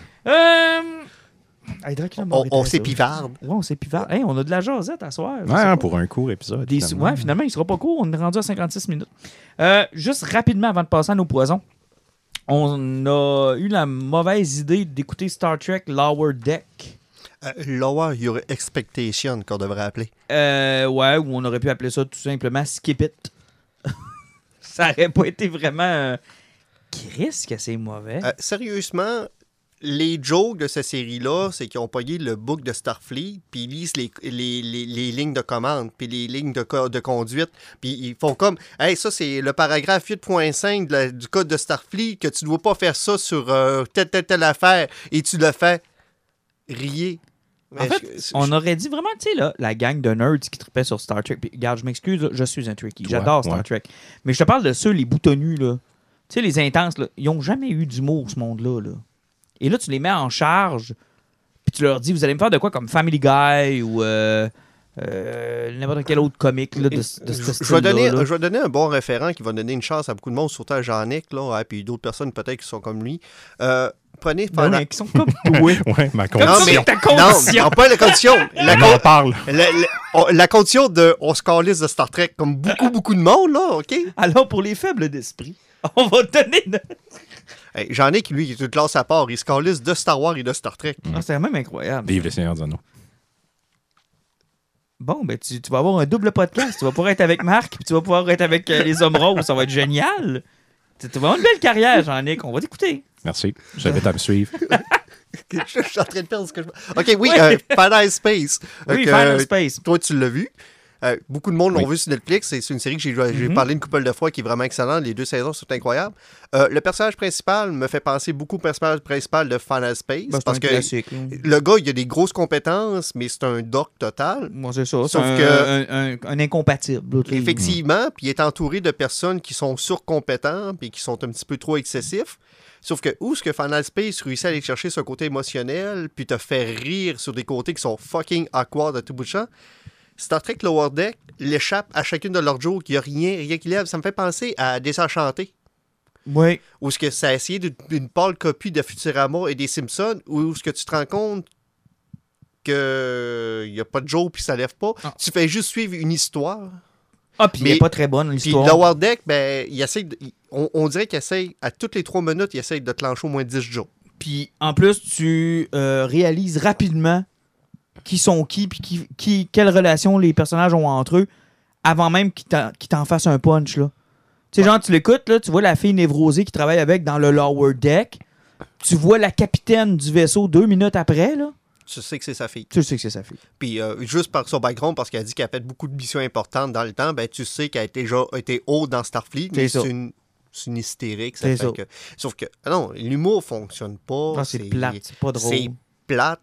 Hey, on s'épivarde. Ouais, on s'épivarde. Hey, on a de la jasette à soir. Ouais, pour un court épisode. Finalement, il sera pas court. On est rendu à 56 minutes. Juste rapidement, avant de passer à nos poisons, on a eu la mauvaise idée d'écouter Star Trek Lower Deck. Lower Your Expectation, qu'on devrait appeler. Ouais, ou on aurait pu appeler ça tout simplement Skip It. Ça aurait pas été vraiment... Qu'est-ce que c'est mauvais? Sérieusement... Les jokes de cette série-là, c'est qu'ils ont pogné le book de Starfleet, puis ils lisent les lignes de commande, puis les lignes de conduite, puis ils font comme « Hey, ça, c'est le paragraphe 8.5 du code de Starfleet, que tu ne dois pas faire ça sur telle affaire, et tu le fais. » Riez. En fait, on aurait dit vraiment, tu sais, là, la gang de nerds qui tripaient sur Star Trek. Puis, regarde, je m'excuse, je suis un Trekkie. J'adore Star Trek. Mais je te parle de ceux, les boutonnus, là. Tu sais, les intenses, là. Ils n'ont jamais eu d'humour, ce monde-là, là. Et là, tu les mets en charge, puis tu leur dis, vous allez me faire de quoi comme Family Guy ou n'importe quel autre comique là, de ce style-là. Je vais donner un bon référent qui va donner une chance à beaucoup de monde, surtout à Jean-Nic, là, puis d'autres personnes peut-être qui sont comme lui. prenez Ben, qui sont comme toi. Ouais, ma Comme condition. c'est ta condition. Non, pas la condition. On en parle. La condition de on se calisse de Star Trek, comme beaucoup de monde, là, OK? Alors, pour les faibles d'esprit, on va te donner... Hey, j'en ai qui, lui, qui est une classe à part. Il se calisse de Star Wars et de Star Trek. Ah, c'est quand même incroyable. Vive le Seigneur des Anneaux. Bon, ben tu vas avoir un double podcast. Tu vas pouvoir être avec Marc, puis tu vas pouvoir être avec les Hommes Roses. Ça va être génial. Tu vas avoir une belle carrière, Jean-Nic. On va t'écouter. Merci. J'invite à me suivre. Je suis en train de perdre ce que je... OK, oui, Final Space. Oui, Final Space. Toi, tu l'as vu. Beaucoup de monde l'ont vu sur Netflix. C'est une série que j'ai parlé une couple de fois qui est vraiment excellente. Les 2 saisons sont incroyables. Le personnage principal me fait penser beaucoup au personnage principal de Final Space. Ben, parce que classique, le gars, il a des grosses compétences, mais c'est un doc total. Moi, c'est ça. Sauf C'est un incompatible. Effectivement, puis il est entouré de personnes qui sont surcompétentes et qui sont un petit peu trop excessifs. Sauf que où est-ce que Final Space réussit à aller chercher ce côté émotionnel puis te faire rire sur des côtés qui sont fucking awkward à tout bout de champ? Star Trek Lower Deck l'échappe à chacune de leurs jours, qu'il n'y a rien qui lève. Ça me fait penser à Désenchanté. Oui. Où est-ce que ça a essayé d'une pâle copie de Futurama et des Simpsons, où est-ce que tu te rends compte qu'il n'y a pas de jour puis ça lève pas. Ah. Tu fais juste suivre une histoire. Ah, puis il n'est pas très bonne, l'histoire. Puis Lower Deck, ben, il essaie on dirait qu'il essaie, à toutes les 3 minutes, il essaie de te lancer au moins 10 jours. Puis en plus, tu réalises rapidement qui sont qui, puis quelle relation les personnages ont entre eux, avant même qu'ils t'en fassent un punch, là. Tu sais, genre, tu l'écoutes, là, tu vois la fille névrosée qui travaille avec dans le Lower Deck, tu vois la capitaine du vaisseau 2 minutes après, là. Tu sais que c'est sa fille. Tu sais que c'est sa fille. Puis juste par son background, parce qu'elle a dit qu'elle a fait beaucoup de missions importantes dans le temps, ben tu sais qu'elle a déjà été haute dans Starfleet, mais c'est une hystérique. Ça fait que... Sauf que, non, l'humour fonctionne pas. Non, c'est plate, c'est pas drôle. C'est plate.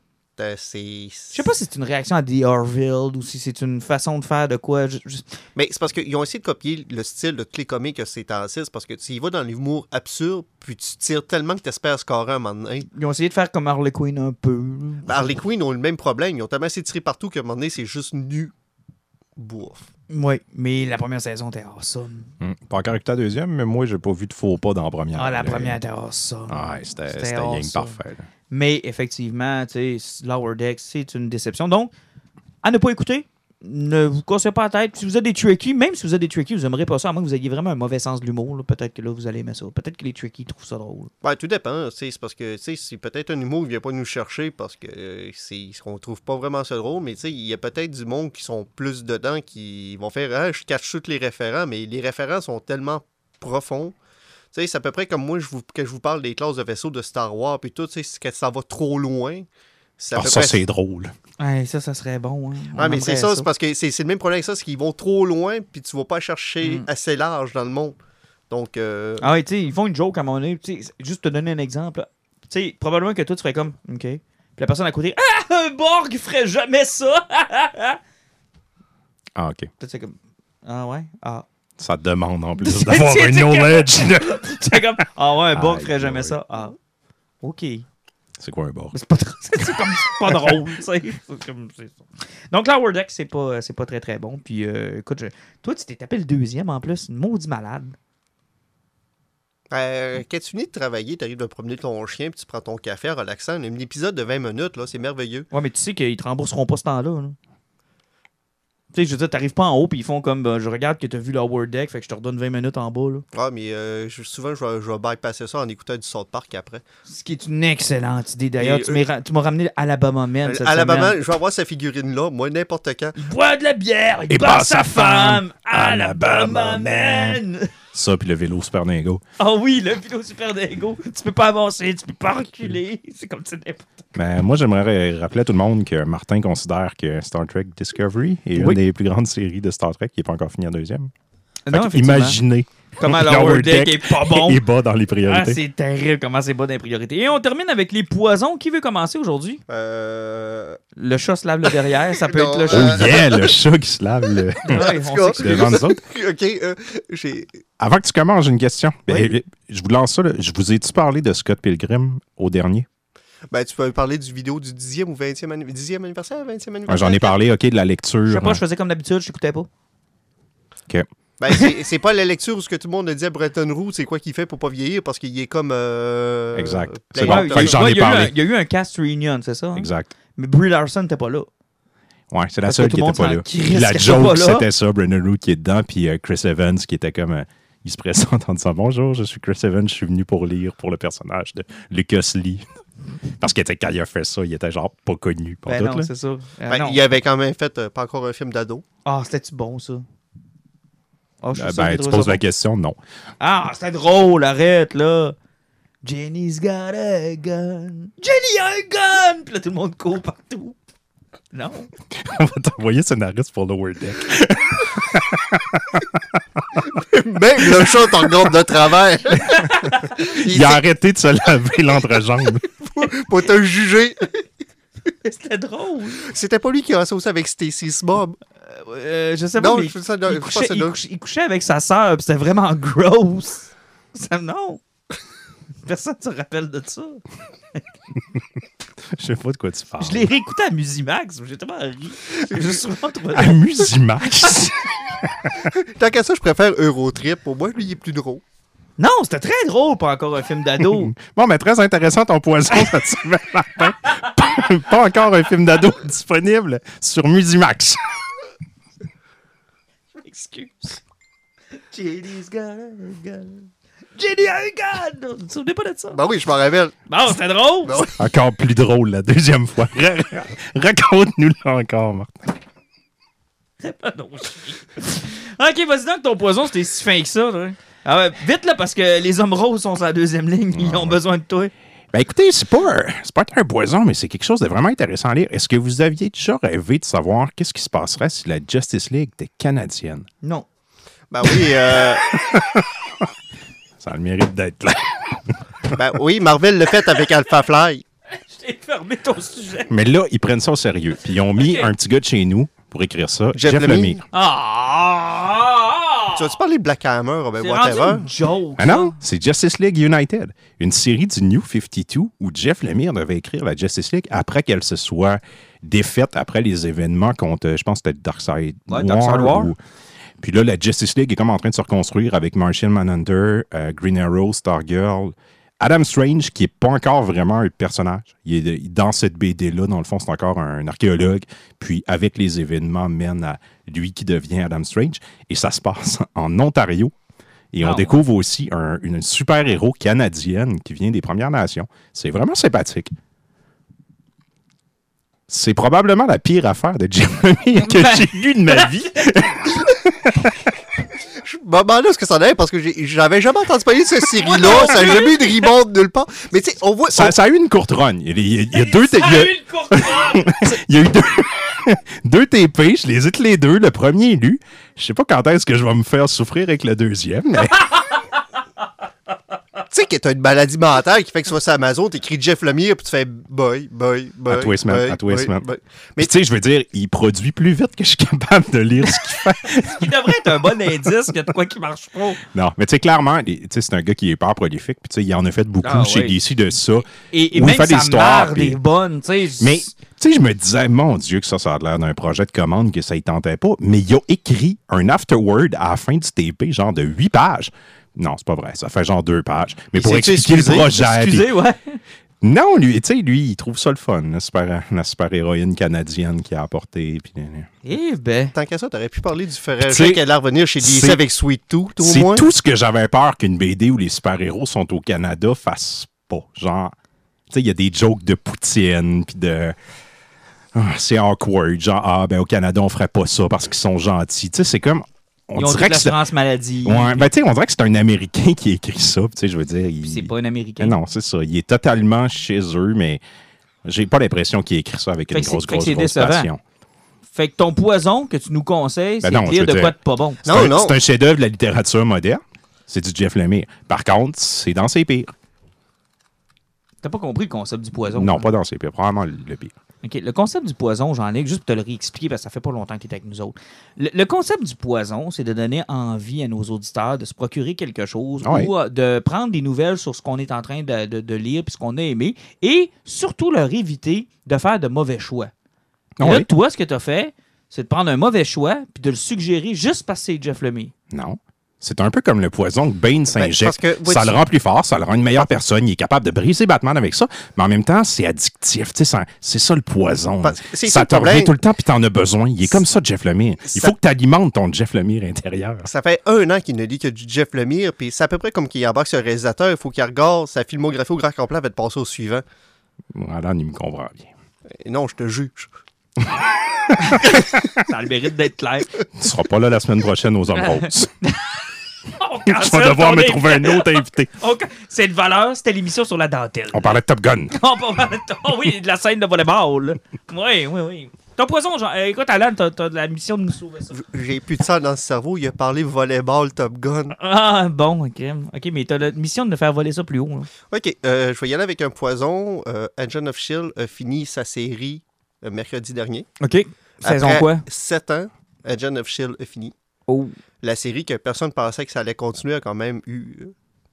Je sais pas si c'est une réaction à The Orville ou si c'est une façon de faire de quoi. Mais c'est parce qu'ils ont essayé de copier le style de tous les comiques que c'est en 6, parce que tu y vas dans l'humour absurde, puis tu tires tellement que tu espères scorer un moment donné. Ils ont essayé de faire comme Harley Quinn un peu. Ben, Harley Quinn ont le même problème. Ils ont tellement essayé de tirer partout qu'à un moment donné, c'est juste nu. Bouffe. Oui, mais la première saison était awesome. Pas encore avec ta deuxième, mais moi, j'ai pas vu de faux pas dans la première. Ah, la première était awesome. Ah, c'était awesome. Parfait. Là. Mais effectivement, tu sais, Lower Deck, c'est une déception. Donc, à ne pas écouter, ne vous cassez pas la tête. Si vous êtes des Trekkies, même si vous êtes des Trekkies, vous n'aimerez pas ça, à moins que vous ayez vraiment un mauvais sens de l'humour. Là. Peut-être que là, vous allez aimer ça. Peut-être que les Trekkies trouvent ça drôle. Ben, tout dépend. C'est parce que c'est peut-être un humour qui vient pas nous chercher parce que on trouve pas vraiment ça drôle, mais il y a peut-être du monde qui sont plus dedans qui vont faire je catch tous les référents, mais les référents sont tellement profonds. C'est à peu près comme moi que je vous parle des classes de vaisseaux de Star Wars puis tout, que ça va trop loin. Ça, c'est drôle. Ouais, ça serait bon. Hein. Ouais, mais c'est ça, c'est parce que c'est le même problème avec ça, c'est qu'ils vont trop loin puis tu vas pas chercher assez large dans le monde. Donc, Ah oui, tu sais, ils font une joke à un moment donné. Juste te donner un exemple. Tu sais, probablement que toi, tu ferais comme, OK. Puis la personne à côté, un Borg ferait jamais ça! Ah, OK. Peut-être c'est comme, ah ouais? Ah. Ça te demande en plus d'avoir un knowledge. C'est comme, ah ouais, un Borg ferait jamais ça. Ah, OK. C'est quoi un Borg? C'est pas drôle, tu sais. Donc, Lower Deck, c'est pas très très bon. Puis, écoute, toi, tu t'es tapé le deuxième en plus, une maudite malade. Quand tu finis de travailler, tu arrives de promener ton chien, puis tu prends ton café en relaxant. Un épisode de 20 minutes, là, c'est merveilleux. Ouais, mais tu sais qu'ils te rembourseront pas ce temps-là. Là. Tu sais, je veux dire, t'arrives pas en haut, puis ils font comme, je regarde que t'as vu Lower Deck, fait que je te redonne 20 minutes en bas. Là. Ouais, mais souvent, je vais bypasser ça en écoutant du South Park après. Ce qui est une excellente idée. D'ailleurs, tu m'as ramené Alabama Man cette Alabama, semaine. je vais avoir sa figurine-là, moi, n'importe quand. Il boit de la bière, il bat sa femme. Alabama Man! Ça, puis le vélo Super Dingo. Ah oui, le vélo Super Dingo. Tu peux pas avancer, tu peux pas reculer. C'est comme ça n'importe quoi. Mais moi, j'aimerais rappeler à tout le monde que Martin considère que Star Trek Discovery est une des plus grandes séries de Star Trek qui n'est pas encore finie en deuxième. Non, imaginez comment Lower Deck est pas bon. Et bas dans les priorités. Ah, c'est terrible comment c'est bas dans les priorités. Et on termine avec les poisons. Qui veut commencer aujourd'hui? Le chat se lave le derrière. Ça peut être le chat. Oh yeah, le chat qui se lave le... devant nous autres. OK, Avant que tu commences, j'ai une question. Oui. Je vous lance ça. Là. Je vous ai-tu parlé de Scott Pilgrim au dernier? Ben, tu peux parler du vidéo du 10e ou 20e anniversaire, 20e anniversaire? J'en ai parlé, OK, de la lecture. Je sais pas, je faisais comme d'habitude, je t'écoutais pas. OK. Ben, c'est pas la lecture où ce que tout le monde a dit à Bretton Roux, c'est quoi qu'il fait pour pas vieillir, parce qu'il est comme... Exact. plein C'est bon. de- Fait que j'en ai parlé. Il y a eu un cast reunion, c'est ça? Hein? Exact. Mais Brie Larson n'était pas là. Ouais, c'est la Parce que seule tout qui le était monde pas s'en là. crisse Puis la qu'elle joke, soit pas là. c'était ça, Brendan Root qui est dedans, puis Chris Evans qui était comme... il se présente en disant « Bonjour, je suis Chris Evans, je suis venu pour lire pour le personnage de Lucas Lee. » Parce que quand il a fait ça, il était genre pas connu. Ben non, c'est ça. Ben, il avait quand même fait pas encore un film d'ado. Ah, c'était-tu bon, ça? Ah, je trouve ça, Ben, j'ai tu trouvé poses ça la bon. question, non. Ah, c'était drôle, arrête, là. Jenny's got a gun. Jenny a un gun! Puis là, tout le monde court partout. Non? On va t'envoyer scénariste pour Lower Deck. Même le chat t'en regarde de travers. Il a arrêté de se laver l'entrejambe. Pour te juger. C'était drôle. C'était pas lui qui a associé avec Stacy Smob. Je sais pas, Non, mais je fais ça, il, je couchait, pense que il c'est couchait- il couchait avec sa sœur, puis c'était vraiment gross. Non. Personne ne se rappelle de ça. Je sais pas de quoi tu parles. Je l'ai réécouté à Musimax, j'ai tellement ri. J'ai souvent trouvé À Musimax. Tant qu'à ça, je préfère Eurotrip. Pour moi, lui, il est plus drôle. Non, c'était très drôle pour encore un film d'ado. Bon, mais très intéressant ton poison cette semaine, Martin. Pas encore un film d'ado disponible sur Musimax. Excuse. Jenny's got a gun. Jenny a un gun! Tu te souviens pas de ça? Ben oui, je m'en rappelle. Bon, c'était drôle! Ben oui. Encore plus drôle la deuxième fois. Raconte-nous là encore, Martin. Non, ok, vas-y donc, ton poison, c'était si fin que ça. Là. Ah ouais, vite, là, parce que les hommes roses sont sur la deuxième ligne. Ils ont besoin de toi. Ben écoutez, c'est pas un poison, mais c'est quelque chose de vraiment intéressant à lire. Est-ce que vous aviez déjà rêvé de savoir qu'est-ce qui se passerait si la Justice League était canadienne? Non. Ben oui, Ça a le mérite d'être là. ben oui, Marvel l'a fait avec Alpha Fly. Je t'ai fermé ton sujet. Mais là, ils prennent ça au sérieux. Puis ils ont mis un petit gars de chez nous pour écrire ça, Jeff Jeff Lemire. Lemire. Ah! Tu vas-tu parler de Black Hammer? Ben, C'est whatever. rendu une joke. Ah non, c'est Justice League United, une série du New 52 où Jeff Lemire devait écrire la Justice League après qu'elle se soit défaite après les événements contre, je pense que c'était Darkseid Ouais, Darkseid War. Puis là, la Justice League est comme en train de se reconstruire avec Martian Manhunter, Green Arrow, Stargirl, Adam Strange, qui n'est pas encore vraiment un personnage. Il est dans cette BD-là, dans le fond, c'est encore un archéologue. Puis, avec les événements, mène à lui qui devient Adam Strange. Et ça se passe en Ontario. Et on découvre aussi une super-héros canadienne qui vient des Premières Nations. C'est vraiment sympathique. C'est probablement la pire affaire de Jim Lemire que j'ai lue de ma vie. Je me demande là ce que ça en est parce que j'avais jamais entendu parler de cette série-là. Ça n'a jamais eu de rebound nulle part. Mais tu sais, on voit. Ça a eu une courte run. Il y a deux... Ça a eu une courte run. Il y a eu deux TP, je les ai tous les deux. Le premier lu. Je sais pas quand est-ce que je vais me faire souffrir avec le deuxième. Mais... Tu sais que t'as une maladie mentale qui fait que tu vas sur Amazon, t'écris Jeff Lemire, puis tu fais boy. À tous les semaines. Mais tu sais, je veux dire, il produit plus vite que je suis capable de lire ce qu'il fait. Ce qui devrait être un bon indice qu'il y a de quoi qui marche pas. Non, mais tu sais, clairement, c'est un gars qui est hyper prolifique. Puis tu sais, il en a fait beaucoup chez DC de ça. Et où même il fait des sa histoires. merde Puis... est bonne, tu sais. Mais tu sais, je me disais, mon Dieu, que ça a l'air d'un projet de commande, que ça y tentait pas. Mais il a écrit un afterword à la fin du TP, genre de 8 pages. Non, c'est pas vrai. Ça fait genre 2 pages. Mais pour expliquer le projet. Excusez, ouais. Non, lui, il trouve ça le fun, la super-héroïne canadienne qui a apporté. Puis... Eh ben. Tant qu'à ça, t'aurais pu parler du frère T'sais, qui allait revenir chez DC avec Sweet Tooth, au C'est moins. tout ce que j'avais peur qu'une BD où les super-héros sont au Canada fasse pas. Genre, tu sais, il y a des jokes de Poutine, puis de... c'est awkward. Genre, ben au Canada, on ferait pas ça parce qu'ils sont gentils. Tu sais, c'est comme... Ils ont toute l'assurance maladie. Ouais, ben, tu sais, on dirait que c'est un Américain qui a écrit ça. Tu sais, je veux dire... Puis c'est pas un Américain. Non, c'est ça. Il est totalement chez eux, mais j'ai pas l'impression qu'il a écrit ça avec une grosse passion. Fait que ton poison que tu nous conseilles, c'est de lire de quoi de pas bon. C'est un chef-d'œuvre de la littérature moderne. C'est du Jeff Lemire. Par contre, c'est dans ses pires. T'as pas compris le concept du poison? Non, pas dans ses pires. Probablement le pire. OK. Le concept du poison, Jean-Luc, juste pour te le réexpliquer, parce que ça fait pas longtemps que tu es avec nous autres. Le concept du poison, c'est de donner envie à nos auditeurs de se procurer quelque chose ou de prendre des nouvelles sur ce qu'on est en train de lire puis ce qu'on a aimé et surtout leur éviter de faire de mauvais choix. Et là, toi, ce que tu as fait, c'est de prendre un mauvais choix puis de le suggérer juste parce que c'est Jeff Lemire. Non. C'est un peu comme le poison que Bane s'injecte. que, ça le rend plus fort, ça le rend une meilleure personne. Il est capable de briser Batman avec ça, mais en même temps, c'est addictif. C'est ça le poison. Ça te revient tout le temps, puis t'en as besoin. Il est comme ça, Jeff Lemire. Il faut que tu alimentes ton Jeff Lemire intérieur. Ça fait 1 an qu'il ne lit que du Jeff Lemire, puis c'est à peu près comme qu'il embarque sur le réalisateur. Il faut qu'il regarde sa filmographie au grand complet avant de passer au suivant. Voilà, il me comprend bien. Et non, je te juge. Ça a le mérite d'être clair. Tu seras pas là la semaine prochaine aux Hommes Roses. Je vais devoir me trouver un autre invité. C'est de valeur, c'était l'émission sur la dentelle. On parlait de Top Gun. Oui, de la scène de volleyball. Oui. Ton poison, genre, écoute, Alan, t'as la mission de nous sauver ça. J'ai plus de sang dans le cerveau, il a parlé volleyball, Top Gun. Ah, bon, OK, mais t'as la mission de faire voler ça plus haut. Là. OK, je vais y aller avec un poison. Agent of S.H.I.E.L.D. a fini sa série mercredi dernier. OK. Saison Après quoi? 7 ans, Agent of S.H.I.E.L.D. a fini. Oh. La série que personne pensait que ça allait continuer a quand même eu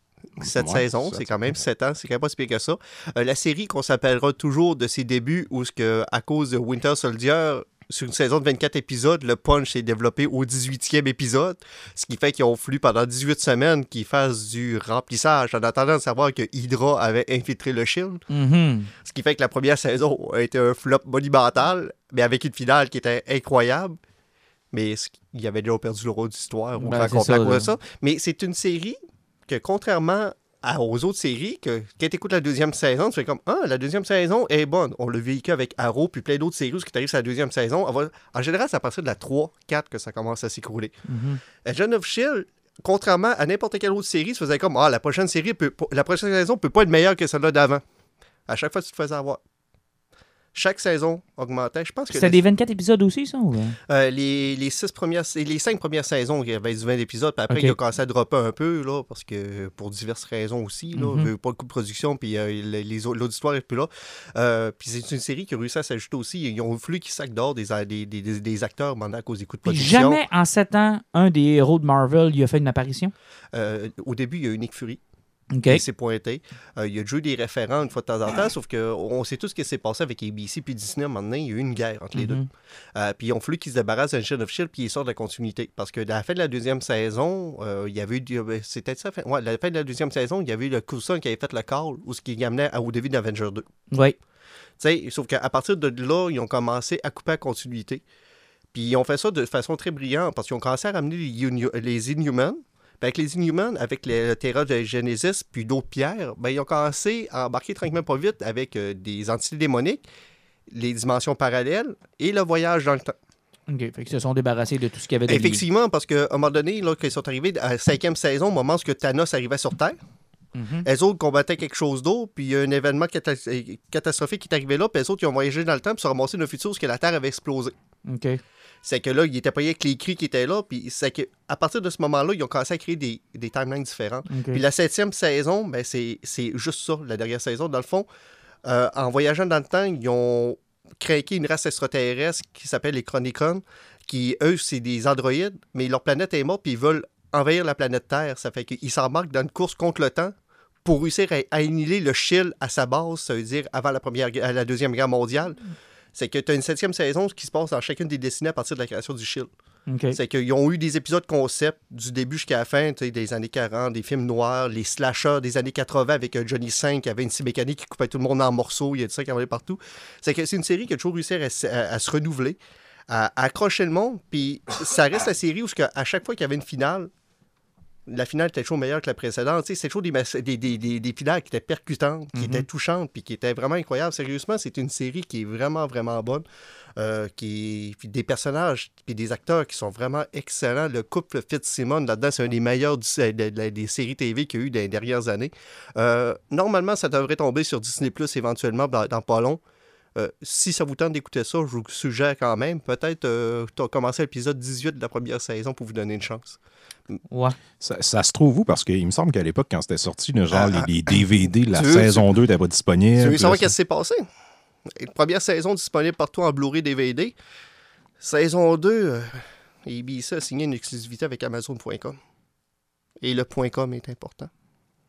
7 saisons. C'est quand même 7 ans. C'est quand même pas si pire que ça. La série qu'on s'appellera toujours de ses débuts où, à cause de Winter Soldier, sur une saison de 24 épisodes, le punch s'est développé au 18e épisode. Ce qui fait qu'ils ont fallu pendant 18 semaines qu'ils fassent du remplissage en attendant de savoir que Hydra avait infiltré le Shield. Mm-hmm. Ce qui fait que la première saison a été un flop monumental, mais avec une finale qui était incroyable. Mais il avait déjà perdu le rôle d'histoire au grand complet à cause de ça. Mais c'est une série que, contrairement aux autres séries, quand tu écoutes la deuxième saison, tu fais comme « Ah, la deuxième saison est bonne. » On l'a vécu avec Arrow, puis plein d'autres séries où tu arrives sur la deuxième saison. En général, c'est à partir de la 3-4 que ça commence à s'écrouler. Agent of S.H.I.E.L.D., contrairement à n'importe quelle autre série, tu faisais comme « Ah, la prochaine saison peut pas être meilleure que celle-là d'avant. » À chaque fois, tu te faisais avoir. Chaque saison augmentait. Je pense que c'était des 24 épisodes aussi, ça? Ou... les 5 premières saisons, il y avait du 20 épisodes. Puis après, il a commencé à dropper un peu, là, parce que pour diverses raisons aussi. Là, il n'y avait pas beaucoup de production, puis l'auditoire n'est plus là. Puis c'est une série qui a réussi à s'ajouter aussi. Ils ont voulu qu'ils sacent dehors des acteurs maintenant à cause des coûts de production. Jamais en 7 ans, un des héros de Marvel il a fait une apparition? Au début, il y a eu Nick Fury. Okay. Il s'est pointé. Il a joué des référents une fois de temps en temps, sauf qu'on sait tout ce qui s'est passé avec ABC puis Disney. Maintenant, il y a eu une guerre entre les deux. Puis ils ont fallu qu'ils se débarrassent d'Agent of S.H.I.E.L.D. puis ils sortent de la continuité. Parce que à la fin de la deuxième saison, il y avait eu... C'était ça? Ouais, à la fin de la deuxième saison, il y avait eu le Coulson qui avait fait le call ou ce qui amenait au début d'Avenger 2. Oui. Sauf qu'à partir de là, ils ont commencé à couper la continuité. Puis ils ont fait ça de façon très brillante parce qu'ils ont commencé à ramener les Inhumans. Avec les Inhumans, avec le Terra de Genesis, puis d'autres pierres, ils ont commencé à embarquer tranquillement pas vite avec des entités démoniques, les dimensions parallèles et le voyage dans le temps. OK. Fait qu'ils se sont débarrassés de tout ce qu'il y avait de Effectivement, parce qu'à un moment donné, là, quand ils sont arrivés à la 5e saison, au moment où Thanos arrivait sur Terre, elles autres combattaient quelque chose d'autre, puis il y a un événement catastrophique qui est arrivé là, puis elles autres, ils ont voyagé dans le temps, puis se sont ramassés dans le futur où la Terre avait explosé. OK. C'est que là, il était pas avec les cris qui étaient là, puis c'est qu'à partir de ce moment-là, ils ont commencé à créer des timelines différentes. Okay. Puis la 7e saison, c'est juste ça, la dernière saison. Dans le fond, en voyageant dans le temps, ils ont créé une race extraterrestre qui s'appelle les Chronicons, qui, eux, c'est des androïdes, mais leur planète est morte, puis ils veulent envahir la planète Terre. Ça fait qu'ils s'embarquent dans une course contre le temps pour réussir à annihiler le Shield à sa base, ça veut dire avant la Deuxième Guerre mondiale. C'est que tu as une 7e saison qui se passe dans chacune des décennies à partir de la création du Shield. Okay. C'est qu'ils ont eu des épisodes concept du début jusqu'à la fin, des années 40, des films noirs, les slashers des années 80 avec Johnny 5 qui avait une scie mécanique qui coupait tout le monde en morceaux, il y a de ça qui en avait partout. C'est que c'est une série qui a toujours réussi à se renouveler, à accrocher le monde, puis ça reste la série où à chaque fois qu'il y avait une finale, la finale était toujours meilleure que la précédente. C'était toujours des finales qui étaient percutantes, qui étaient touchantes, puis qui étaient vraiment incroyables. Sérieusement, c'est une série qui est vraiment, vraiment bonne. Puis des personnages, puis des acteurs qui sont vraiment excellents. Le couple Fitzsimmons, là-dedans, c'est un des meilleurs des séries TV qu'il y a eu dans les dernières années. Normalement, ça devrait tomber sur Disney+, éventuellement, dans pas long. Si ça vous tente d'écouter ça, je vous suggère quand même. Peut-être commencer l'épisode 18 de la première saison pour vous donner une chance. Ouais. Ça se trouve où? Parce qu'il me semble qu'à l'époque, quand c'était sorti, les DVD de la saison 2 n'étaient pas disponibles. Tu veux savoir qu'est-ce qui s'est passé? La première saison disponible partout en Blu-ray DVD. Saison 2, ABC a signé une exclusivité avec Amazon.com. Et le .com est important.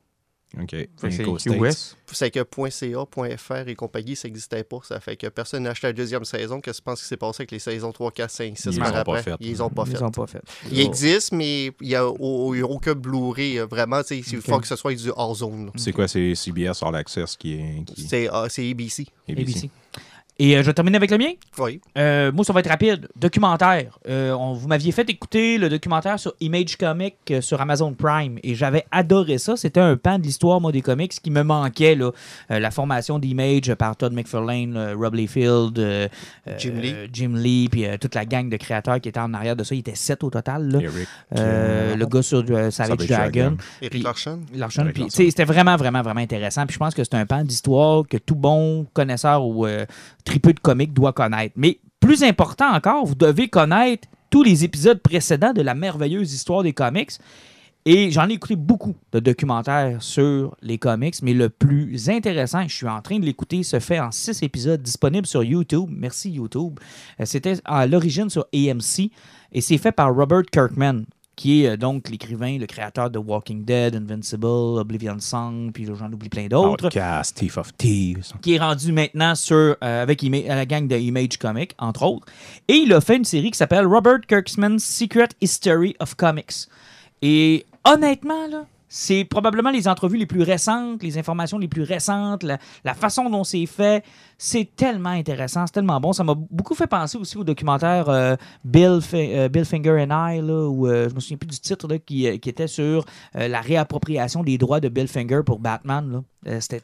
OK. C'est US. C'est que .ca, .fr et compagnie, ça n'existait pas. Ça fait que personne n'a acheté la deuxième saison. Qu'est-ce que tu penses qui s'est passé avec les saisons 3, 4, 5, 6 par après? Ils les ont pas fait. Ils existent, mais il n'y a aucun Blu-ray. Vraiment, il faut que ce soit du hors-zone. C'est quoi? C'est CBS All Access qui est... C'est ABC. ABC. Et je vais terminer avec le mien. Oui. Moi, ça va être rapide. Documentaire. Vous m'aviez fait écouter le documentaire sur Image Comics sur Amazon Prime et j'avais adoré ça. C'était un pan de l'histoire, moi, des comics qui me manquait. Là. La formation d'Image par Todd McFarlane, Rob Liefeld, Jim Lee, puis toute la gang de créateurs qui étaient en arrière de ça. Il était 7 au total. Là. Eric. Le gars sur Savage Dragon. Eric Larson. C'était vraiment, vraiment, vraiment intéressant. Puis je pense que c'est un pan d'histoire que tout bon connaisseur ou tripeux de comics doit connaître. Mais plus important encore, vous devez connaître tous les épisodes précédents de la merveilleuse histoire des comics. Et j'en ai écouté beaucoup de documentaires sur les comics, mais le plus intéressant, je suis en train de l'écouter, se fait en 6 épisodes disponibles sur YouTube. Merci YouTube. C'était à l'origine sur AMC et c'est fait par Robert Kirkman, qui est donc l'écrivain, le créateur de Walking Dead, Invincible, Oblivion Song, puis j'en oublie plein d'autres. Outcast, Thief of Thieves. Qui est rendu maintenant avec la gang de Image Comics, entre autres. Et il a fait une série qui s'appelle Robert Kirkman's Secret History of Comics. Et honnêtement, là, c'est probablement les entrevues les plus récentes, les informations les plus récentes, la façon dont c'est fait. C'est tellement intéressant, c'est tellement bon. Ça m'a beaucoup fait penser aussi au documentaire Bill Finger and I, là, où je me souviens plus du titre, là, qui était sur la réappropriation des droits de Bill Finger pour Batman. Là. C'était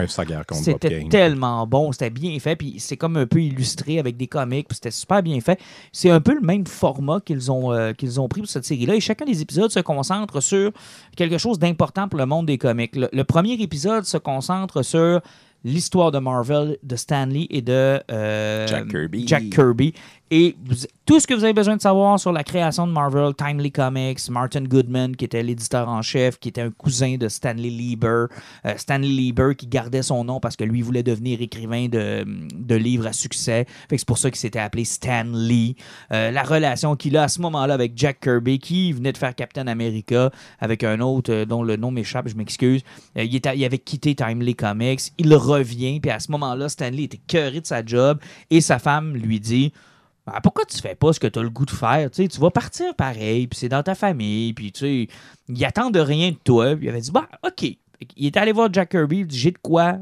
tellement bon, c'était bien fait, puis c'est comme un peu illustré avec des comics, puis c'était super bien fait. C'est un peu le même format qu'ils ont pris pour cette série-là, et chacun des épisodes se concentre sur quelque chose d'important pour le monde des comics. Le premier épisode se concentre sur l'histoire de Marvel, de Stan Lee et de Jack Kirby. Et tout ce que vous avez besoin de savoir sur la création de Marvel, Timely Comics, Martin Goodman, qui était l'éditeur en chef, qui était un cousin de Stanley Lieber. Stanley Lieber qui gardait son nom parce que lui voulait devenir écrivain de livres à succès. Fait que c'est pour ça qu'il s'était appelé Stan Lee. La relation qu'il a à ce moment-là avec Jack Kirby, qui venait de faire Captain America avec un autre dont le nom m'échappe, je m'excuse. Il avait quitté Timely Comics. Il revient, puis à ce moment-là, Stanley était écœuré de sa job et sa femme lui dit... Ben, pourquoi tu fais pas ce que tu as le goût de faire? Tu vas partir pareil, puis c'est dans ta famille, puis ils attendent rien de toi. Puis il avait dit, OK. Il est allé voir Jack Kirby, il dit, j'ai de quoi,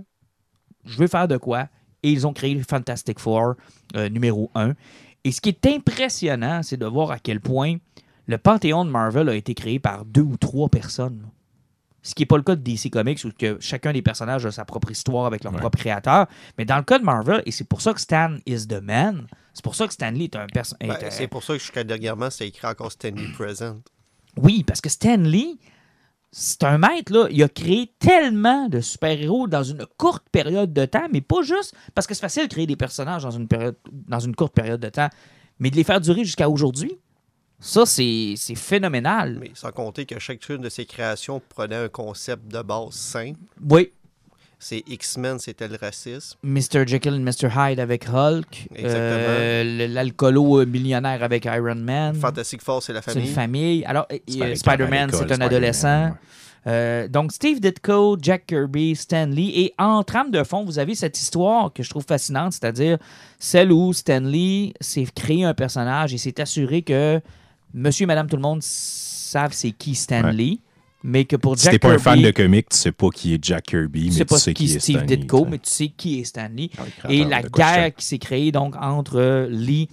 je veux faire de quoi. Et ils ont créé le Fantastic Four numéro 1. Et ce qui est impressionnant, c'est de voir à quel point le panthéon de Marvel a été créé par 2 ou 3 personnes. Là. Ce qui n'est pas le cas de DC Comics où que chacun des personnages a sa propre histoire avec leur propre créateur. Mais dans le cas de Marvel, et c'est pour ça que Stan is the man, c'est pour ça que Stan Lee est un personnage... c'est pour ça que jusqu'à dernièrement, c'était écrit encore Stan Lee Present. Oui, parce que Stan Lee, c'est un maître, là. Il a créé tellement de super-héros dans une courte période de temps, mais pas juste parce que c'est facile de créer des personnages dans une courte période de temps, mais de les faire durer jusqu'à aujourd'hui. Ça, c'est phénoménal. Mais sans compter que chacune de ses créations prenait un concept de base simple. Oui. C'est X-Men, c'était le racisme. Mr. Jekyll et Mr. Hyde avec Hulk. Exactement. L'alcoolo millionnaire avec Iron Man. Fantastic Four, c'est la famille. C'est une famille. Alors, Spider-Man, c'est un adolescent. Donc, Steve Ditko, Jack Kirby, Stan Lee. Et en trame de fond, vous avez cette histoire que je trouve fascinante, c'est-à-dire celle où Stan Lee s'est créé un personnage et s'est assuré que monsieur et madame tout le monde savent c'est qui Stan Lee, mais que pour Jack Kirby... Si t'es pas un fan de comics, tu sais pas qui est Jack Kirby, mais tu sais qui est Steve Stan Ditko, Lee, mais tu sais qui est Stan Lee. Et la guerre qui s'est créée donc entre Lee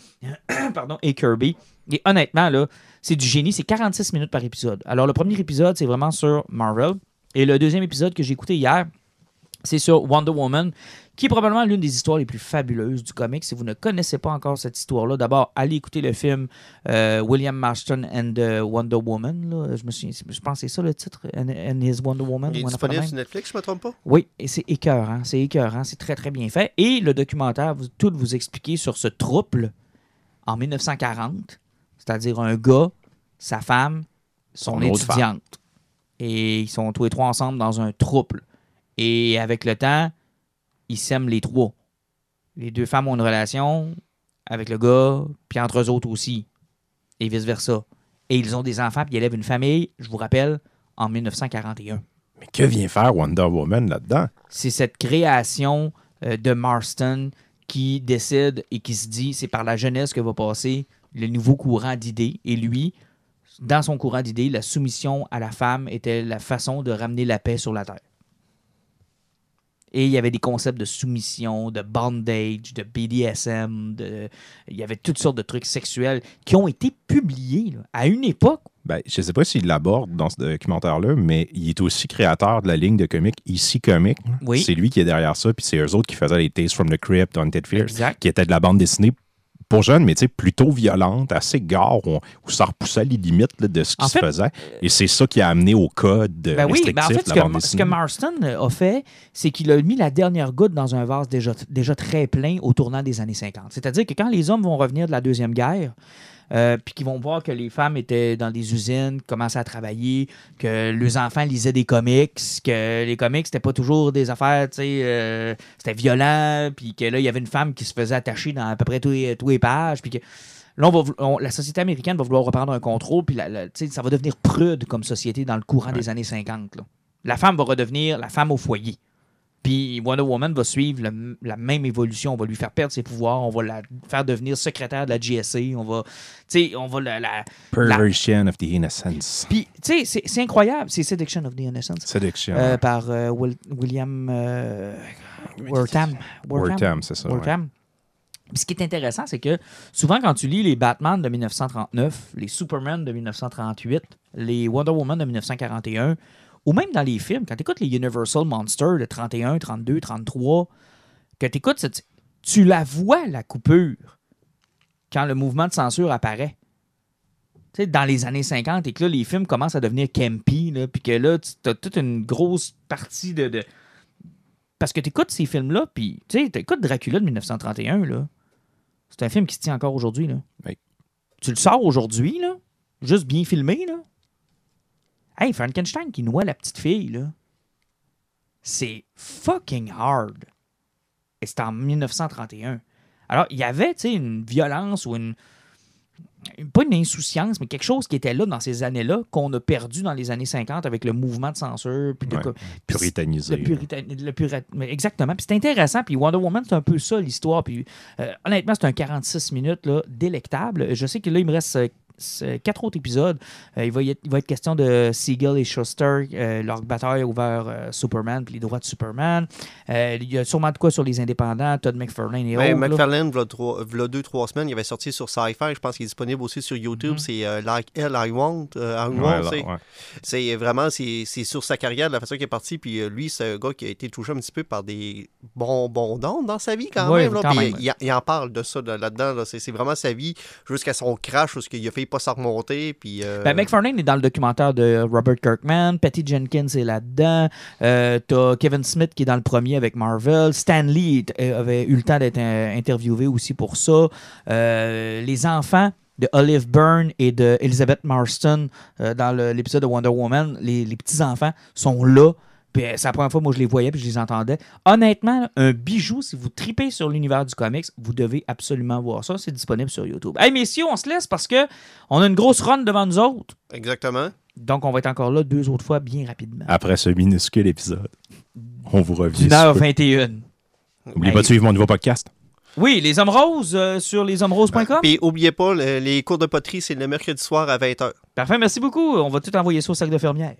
et Kirby. Et honnêtement, là, c'est du génie. C'est 46 minutes par épisode. Alors, le premier épisode, c'est vraiment sur Marvel. Et le deuxième épisode que j'ai écouté hier, c'est sur Wonder Woman, qui est probablement l'une des histoires les plus fabuleuses du comic. Si vous ne connaissez pas encore cette histoire-là, d'abord, allez écouter le film William Marston and Wonder Woman. Là. Je pense que c'est ça le titre, and His Wonder Woman. Il est disponible sur Netflix, je ne me trompe pas? Oui, et c'est écœurant. C'est très, très bien fait. Et le documentaire, tout vous expliquer sur ce trouble en 1940, c'est-à-dire un gars, sa femme, son étudiante. Et ils sont tous les trois ensemble dans un trouble. Et avec le temps, ils s'aiment les trois. Les deux femmes ont une relation avec le gars, puis entre eux autres aussi. Et vice-versa. Et ils ont des enfants, puis ils élèvent une famille, je vous rappelle, en 1941. Mais que vient faire Wonder Woman là-dedans? C'est cette création de Marston qui décide et qui se dit c'est par la jeunesse que va passer le nouveau courant d'idées. Et lui, dans son courant d'idées, la soumission à la femme était la façon de ramener la paix sur la Terre. Et il y avait des concepts de soumission, de bondage, de BDSM, il y avait toutes sortes de trucs sexuels qui ont été publiés là, à une époque. Ben, je ne sais pas s'il l'aborde dans ce documentaire-là, mais il est aussi créateur de la ligne de comics EC Comics. Oui. C'est lui qui est derrière ça, puis c'est eux autres qui faisaient les Tales from the Crypt, Haunted Fears, Exact. qui était de la bande dessinée pour jeunes, mais plutôt violente, assez gore, où ça repoussait les limites là, de ce qui se faisait. Et c'est ça qui a amené au code restrictif en fait, de la bande dessinée. Ce que Marston a fait, c'est qu'il a mis la dernière goutte dans un vase déjà très plein au tournant des années 50. C'est-à-dire que quand les hommes vont revenir de la Deuxième Guerre, puis qu'ils vont voir que les femmes étaient dans des usines, commençaient à travailler, que les enfants lisaient des comics, que les comics, c'était pas toujours des affaires, c'était violent, puis que là, il y avait une femme qui se faisait attacher dans à peu près tous les pages, puis que là, la société américaine va vouloir reprendre un contrôle, puis ça va devenir prude comme société dans le courant des années 50. Là. La femme va redevenir la femme au foyer. Puis Wonder Woman va suivre la même évolution. On va lui faire perdre ses pouvoirs. On va la faire devenir secrétaire de la GSA. On va la... Perversion of the Innocence. Puis, tu sais, c'est incroyable. C'est Seduction of the Innocence. Seduction. Par William Wertham. Wertham, c'est ça. Wertham. Puis ce qui est intéressant, c'est que souvent, quand tu lis les Batman de 1939, les Superman de 1938, les Wonder Woman de 1941... ou même dans les films, quand tu écoutes les Universal Monsters de 31, 32, 33, que tu écoutes, tu la vois, la coupure, quand le mouvement de censure apparaît. Tu sais, dans les années 50, et que là, les films commencent à devenir campy, puis que là, tu as toute une grosse partie de... Parce que tu écoutes ces films-là, puis tu sais, tu écoutes Dracula de 1931, là. C'est un film qui se tient encore aujourd'hui, là. Oui. Tu le sors aujourd'hui, là, juste bien filmé, là. Hey, Frankenstein qui noie la petite fille, là, c'est fucking hard. Et c'est en 1931. Alors, il y avait, tu sais, une violence ou pas une insouciance, mais quelque chose qui était là dans ces années-là qu'on a perdu dans les années 50 avec le mouvement de censure. Puis puritanisé. Exactement. Puis c'est intéressant. Puis Wonder Woman, c'est un peu ça, l'histoire. Puis honnêtement, c'est un 46 minutes là, délectable. Je sais que là, il me reste 4 autres épisodes. Il va être question de Siegel et Shuster, leur bataille ouvert Superman puis les droits de Superman. Il y a sûrement de quoi sur les indépendants, Todd McFarlane et autres. McFarlane, il y a 2-3 semaines, il avait sorti sur Sci-Fi. Je pense qu'il est disponible aussi sur YouTube. C'est Like Hell I Want. C'est vraiment c'est sur sa carrière, de la façon qu'il est parti. Puis lui, c'est un gars qui a été touché un petit peu par des bons dons dans sa vie quand même. Là. Puis il en parle de ça là-dedans. Là. C'est vraiment sa vie jusqu'à son crash, où il a fait pas s'en remonter. Puis, McFarlane est dans le documentaire de Robert Kirkman. Patty Jenkins est là-dedans. T'as Kevin Smith qui est dans le premier avec Marvel. Stan Lee avait eu le temps d'être interviewé aussi pour ça. Les enfants de Olive Byrne et de Elizabeth Marston dans l'épisode de Wonder Woman, les petits-enfants sont là. Puis c'est la première fois moi je les voyais puis je les entendais. Honnêtement, un bijou, si vous tripez sur l'univers du comics, vous devez absolument voir ça. C'est disponible sur YouTube. Hey messieurs, on se laisse parce que on a une grosse run devant nous autres. Exactement. Donc on va être encore là 2 autres fois bien rapidement. Après ce minuscule épisode, on vous revient. 1h21. N'oubliez pas de suivre mon nouveau podcast. Oui, Les Hommes Roses sur leshommeroses.com. Puis n'oubliez pas, les cours de poterie, c'est le mercredi soir à 20h. Parfait, merci beaucoup. On va tout envoyer ça au sac de fermière.